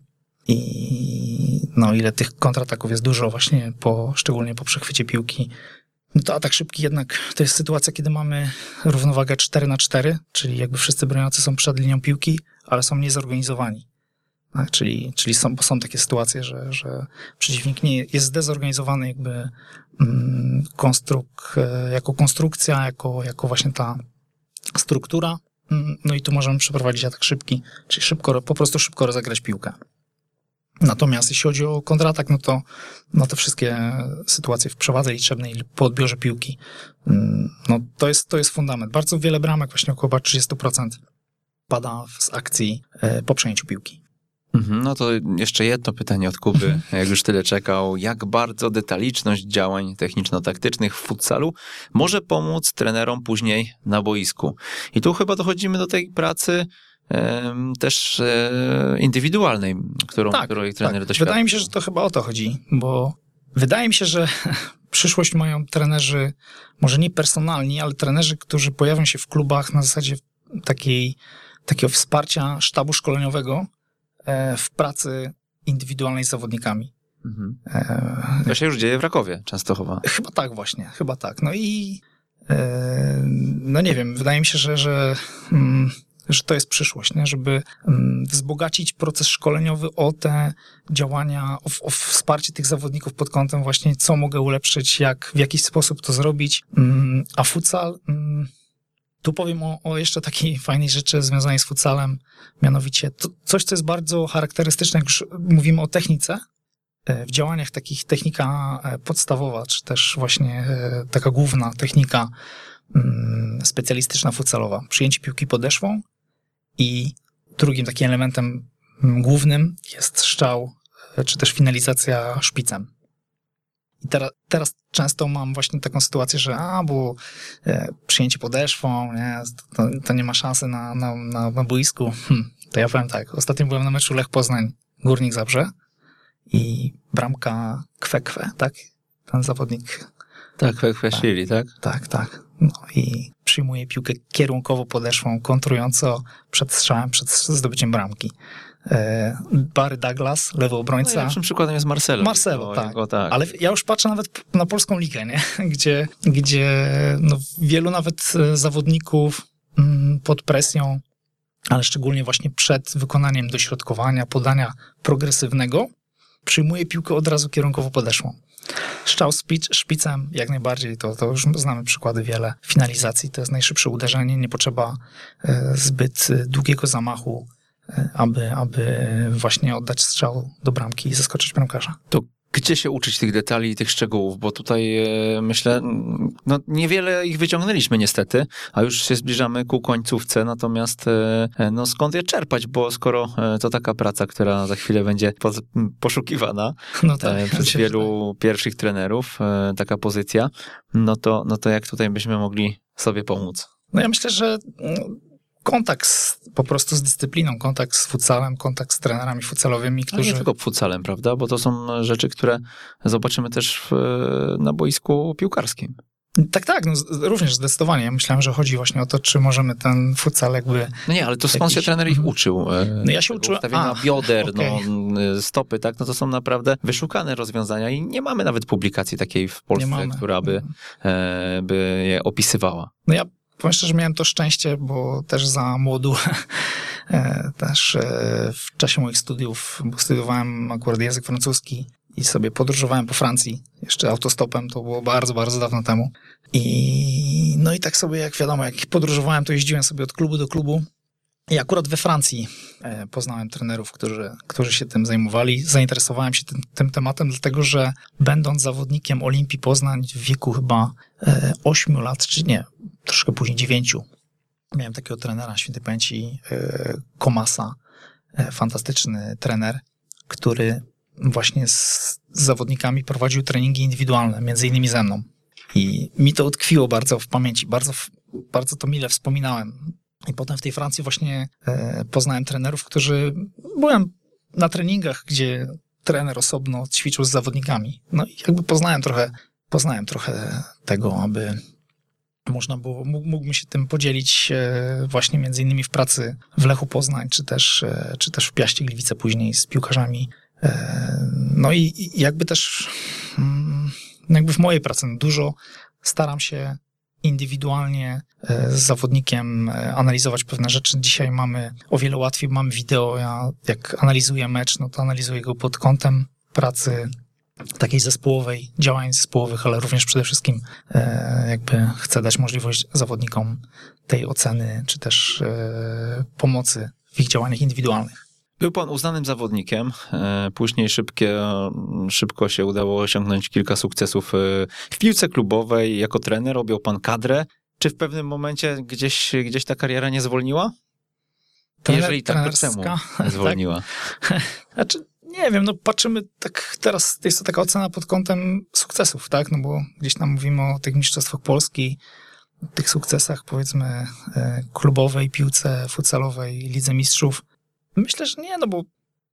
i ile tych kontrataków jest dużo właśnie szczególnie po przechwycie piłki. No to atak szybki jednak to jest sytuacja, kiedy mamy równowagę 4-4, czyli jakby wszyscy broniący są przed linią piłki, ale są niezorganizowani. Tak? Czyli są takie sytuacje, że przeciwnik nie jest zdezorganizowany jakby jako konstrukcja, jako właśnie ta struktura. No i tu możemy przeprowadzić atak szybki, czyli po prostu szybko rozegrać piłkę. Natomiast jeśli chodzi o kontratak, no to wszystkie sytuacje w przewadze liczebnej po odbiorze piłki, no to jest fundament. Bardzo wiele bramek, właśnie około 30% pada z akcji po przejęciu piłki. No to jeszcze jedno pytanie od Kuby, jak już tyle czekał. Jak bardzo detaliczność działań techniczno-taktycznych w futsalu może pomóc trenerom później na boisku? I tu chyba dochodzimy do tej pracy też indywidualnej, której trener doświadcza. Wydaje mi się, że to chyba o to chodzi, bo wydaje mi się, że przyszłość mają trenerzy, może nie personalni, ale trenerzy, którzy pojawią się w klubach na zasadzie takiego wsparcia sztabu szkoleniowego w pracy indywidualnej z zawodnikami. To się już dzieje w Rakowie, Częstochowa. Chyba tak właśnie, chyba tak. No i no nie wiem, wydaje mi się, że że to jest przyszłość, nie? Żeby wzbogacić proces szkoleniowy o te działania, o wsparcie tych zawodników pod kątem właśnie, co mogę ulepszyć, w jakiś sposób to zrobić. A futsal, tu powiem o jeszcze takiej fajnej rzeczy związanej z futsalem, mianowicie coś, co jest bardzo charakterystyczne, jak już mówimy o technice, w działaniach takich technika podstawowa, czy też właśnie taka główna technika specjalistyczna futsalowa. Przyjęcie piłki podeszwą i drugim takim elementem głównym jest strzał, czy też finalizacja szpicem. I teraz często mam właśnie taką sytuację, że bo przyjęcie podeszwą, nie, to nie ma szansy na boisku. To ja powiem tak, ostatnio byłem na meczu Lech Poznań, Górnik Zabrze i bramka Kwekwe, tak? Ten zawodnik. Tak, Kwekwe, tak? Tak. No i przyjmuje piłkę kierunkowo podeszwą, kontrująco przed strzałem, przed zdobyciem bramki. Barry Douglas, lewy obrońca. Najlepszym przykładem jest Marcelo. Tak. Ale ja już patrzę nawet na polską ligę, nie? Gdzie wielu nawet zawodników pod presją, ale szczególnie właśnie przed wykonaniem dośrodkowania, podania progresywnego, przyjmuje piłkę od razu kierunkowo podeszłą. Strzał szpicem jak najbardziej, to już znamy przykłady wiele. Finalizacji to jest najszybsze uderzenie, nie potrzeba zbyt długiego zamachu, aby właśnie oddać strzał do bramki i zaskoczyć bramkarza. To gdzie się uczyć tych detali i tych szczegółów? Bo tutaj myślę, niewiele ich wyciągnęliśmy niestety, a już się zbliżamy ku końcówce, natomiast skąd je czerpać, bo skoro to taka praca, która za chwilę będzie poszukiwana przez wielu pierwszych trenerów, taka pozycja, no to jak tutaj byśmy mogli sobie pomóc? No ja myślę, że kontakt po prostu z dyscypliną, kontakt z futsalem, kontakt z trenerami futsalowymi, którzy... Ale nie tylko futsalem, prawda? Bo to są rzeczy, które zobaczymy też na boisku piłkarskim. Tak, również zdecydowanie. Ja myślałem, że chodzi właśnie o to, czy możemy ten futsal jakby... No nie, ale to skąd się trener ich uczył? No ja się uczyłem... Ustawienia bioder, stopy, tak? No to są naprawdę wyszukane rozwiązania i nie mamy nawet publikacji takiej w Polsce, która by je opisywała. No ja powiem szczerze, że miałem to szczęście, bo też za młodu, też w czasie moich studiów, bo studiowałem akurat język francuski i sobie podróżowałem po Francji, jeszcze autostopem, to było bardzo, bardzo dawno temu. I tak sobie, jak wiadomo, jak podróżowałem, to jeździłem sobie od klubu do klubu. I akurat we Francji poznałem trenerów, którzy się tym zajmowali. Zainteresowałem się tym tematem, dlatego że będąc zawodnikiem Olimpii Poznań w wieku chyba 8 lat, czy nie, troszkę później 9, miałem takiego trenera, świętej pamięci Komasa, fantastyczny trener, który właśnie z zawodnikami prowadził treningi indywidualne, między innymi ze mną. I mi to utkwiło bardzo w pamięci, bardzo, bardzo to mile wspominałem. I potem w tej Francji właśnie poznałem trenerów, byłem na treningach, gdzie trener osobno ćwiczył z zawodnikami. No i jakby poznałem trochę tego, aby można było, mógłbym się tym podzielić właśnie między innymi w pracy w Lechu Poznań, czy też w Piaście Gliwice później z piłkarzami. No i jakby też jakby w mojej pracy dużo staram się indywidualnie z zawodnikiem analizować pewne rzeczy. Dzisiaj mamy o wiele łatwiej, mamy wideo. Ja jak analizuję mecz, no to analizuję go pod kątem pracy takiej zespołowej, działań zespołowych, ale również przede wszystkim jakby chcę dać możliwość zawodnikom tej oceny, czy też pomocy w ich działaniach indywidualnych. Był pan uznanym zawodnikiem, później szybko się udało osiągnąć kilka sukcesów w piłce klubowej, jako trener objął pan kadrę. Czy w pewnym momencie gdzieś ta kariera nie zwolniła? Jeżeli tak, to czemu zwolniła? Tak? Znaczy, nie wiem, patrzymy tak, teraz jest to taka ocena pod kątem sukcesów, tak, bo gdzieś tam mówimy o tych mistrzostwach Polski, tych sukcesach, powiedzmy, klubowej, piłce futsalowej, Lidze Mistrzów. Myślę, że nie, bo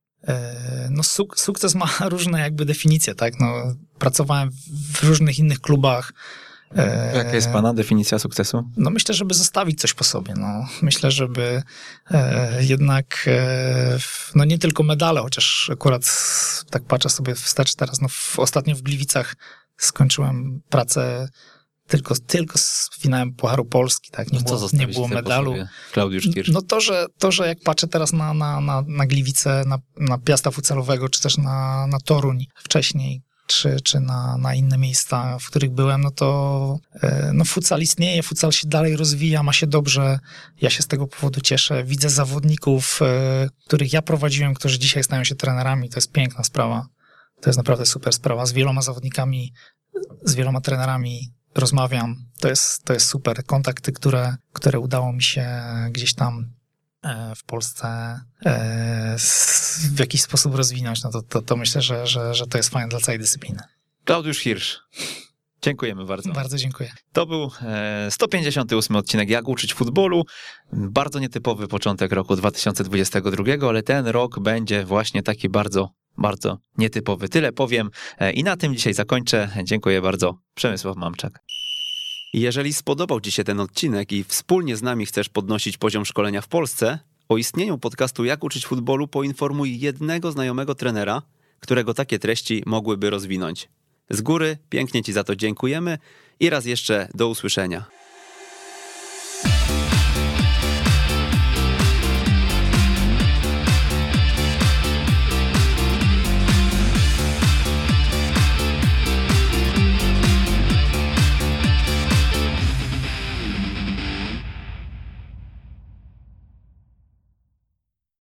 sukces ma różne jakby definicje, tak? Pracowałem w różnych innych klubach. Jaka jest pana definicja sukcesu? Myślę, żeby zostawić coś po sobie. Myślę, żeby jednak nie tylko medale, chociaż akurat tak patrzę sobie wstecz teraz, ostatnio w Gliwicach skończyłem pracę tylko z finałem Pucharu Polski, tak? Nie było medalu. Klaudiusz Hirsch. No to, że jak patrzę teraz na Gliwice, na Piasta Futsalowego, czy też na Toruń wcześniej, czy na inne miejsca, w których byłem, no to futsal istnieje, futsal się dalej rozwija, ma się dobrze. Ja się z tego powodu cieszę. Widzę zawodników, których ja prowadziłem, którzy dzisiaj stają się trenerami. To jest piękna sprawa. To jest naprawdę super sprawa. Z wieloma zawodnikami, z wieloma trenerami rozmawiam. To jest super. Kontakty, które udało mi się gdzieś tam w Polsce w jakiś sposób rozwinąć, no to myślę, że to jest fajne dla całej dyscypliny. Klaudiusz Hirsch. Dziękujemy bardzo. Bardzo dziękuję. To był 158 odcinek Jak uczyć futbolu. Bardzo nietypowy początek roku 2022, ale ten rok będzie właśnie taki bardzo, bardzo nietypowy. Tyle powiem i na tym dzisiaj zakończę. Dziękuję bardzo. Przemysław Mamczak. Jeżeli spodobał Ci się ten odcinek i wspólnie z nami chcesz podnosić poziom szkolenia w Polsce, o istnieniu podcastu Jak uczyć futbolu poinformuj jednego znajomego trenera, którego takie treści mogłyby rozwinąć. Z góry pięknie Ci za to dziękujemy i raz jeszcze do usłyszenia.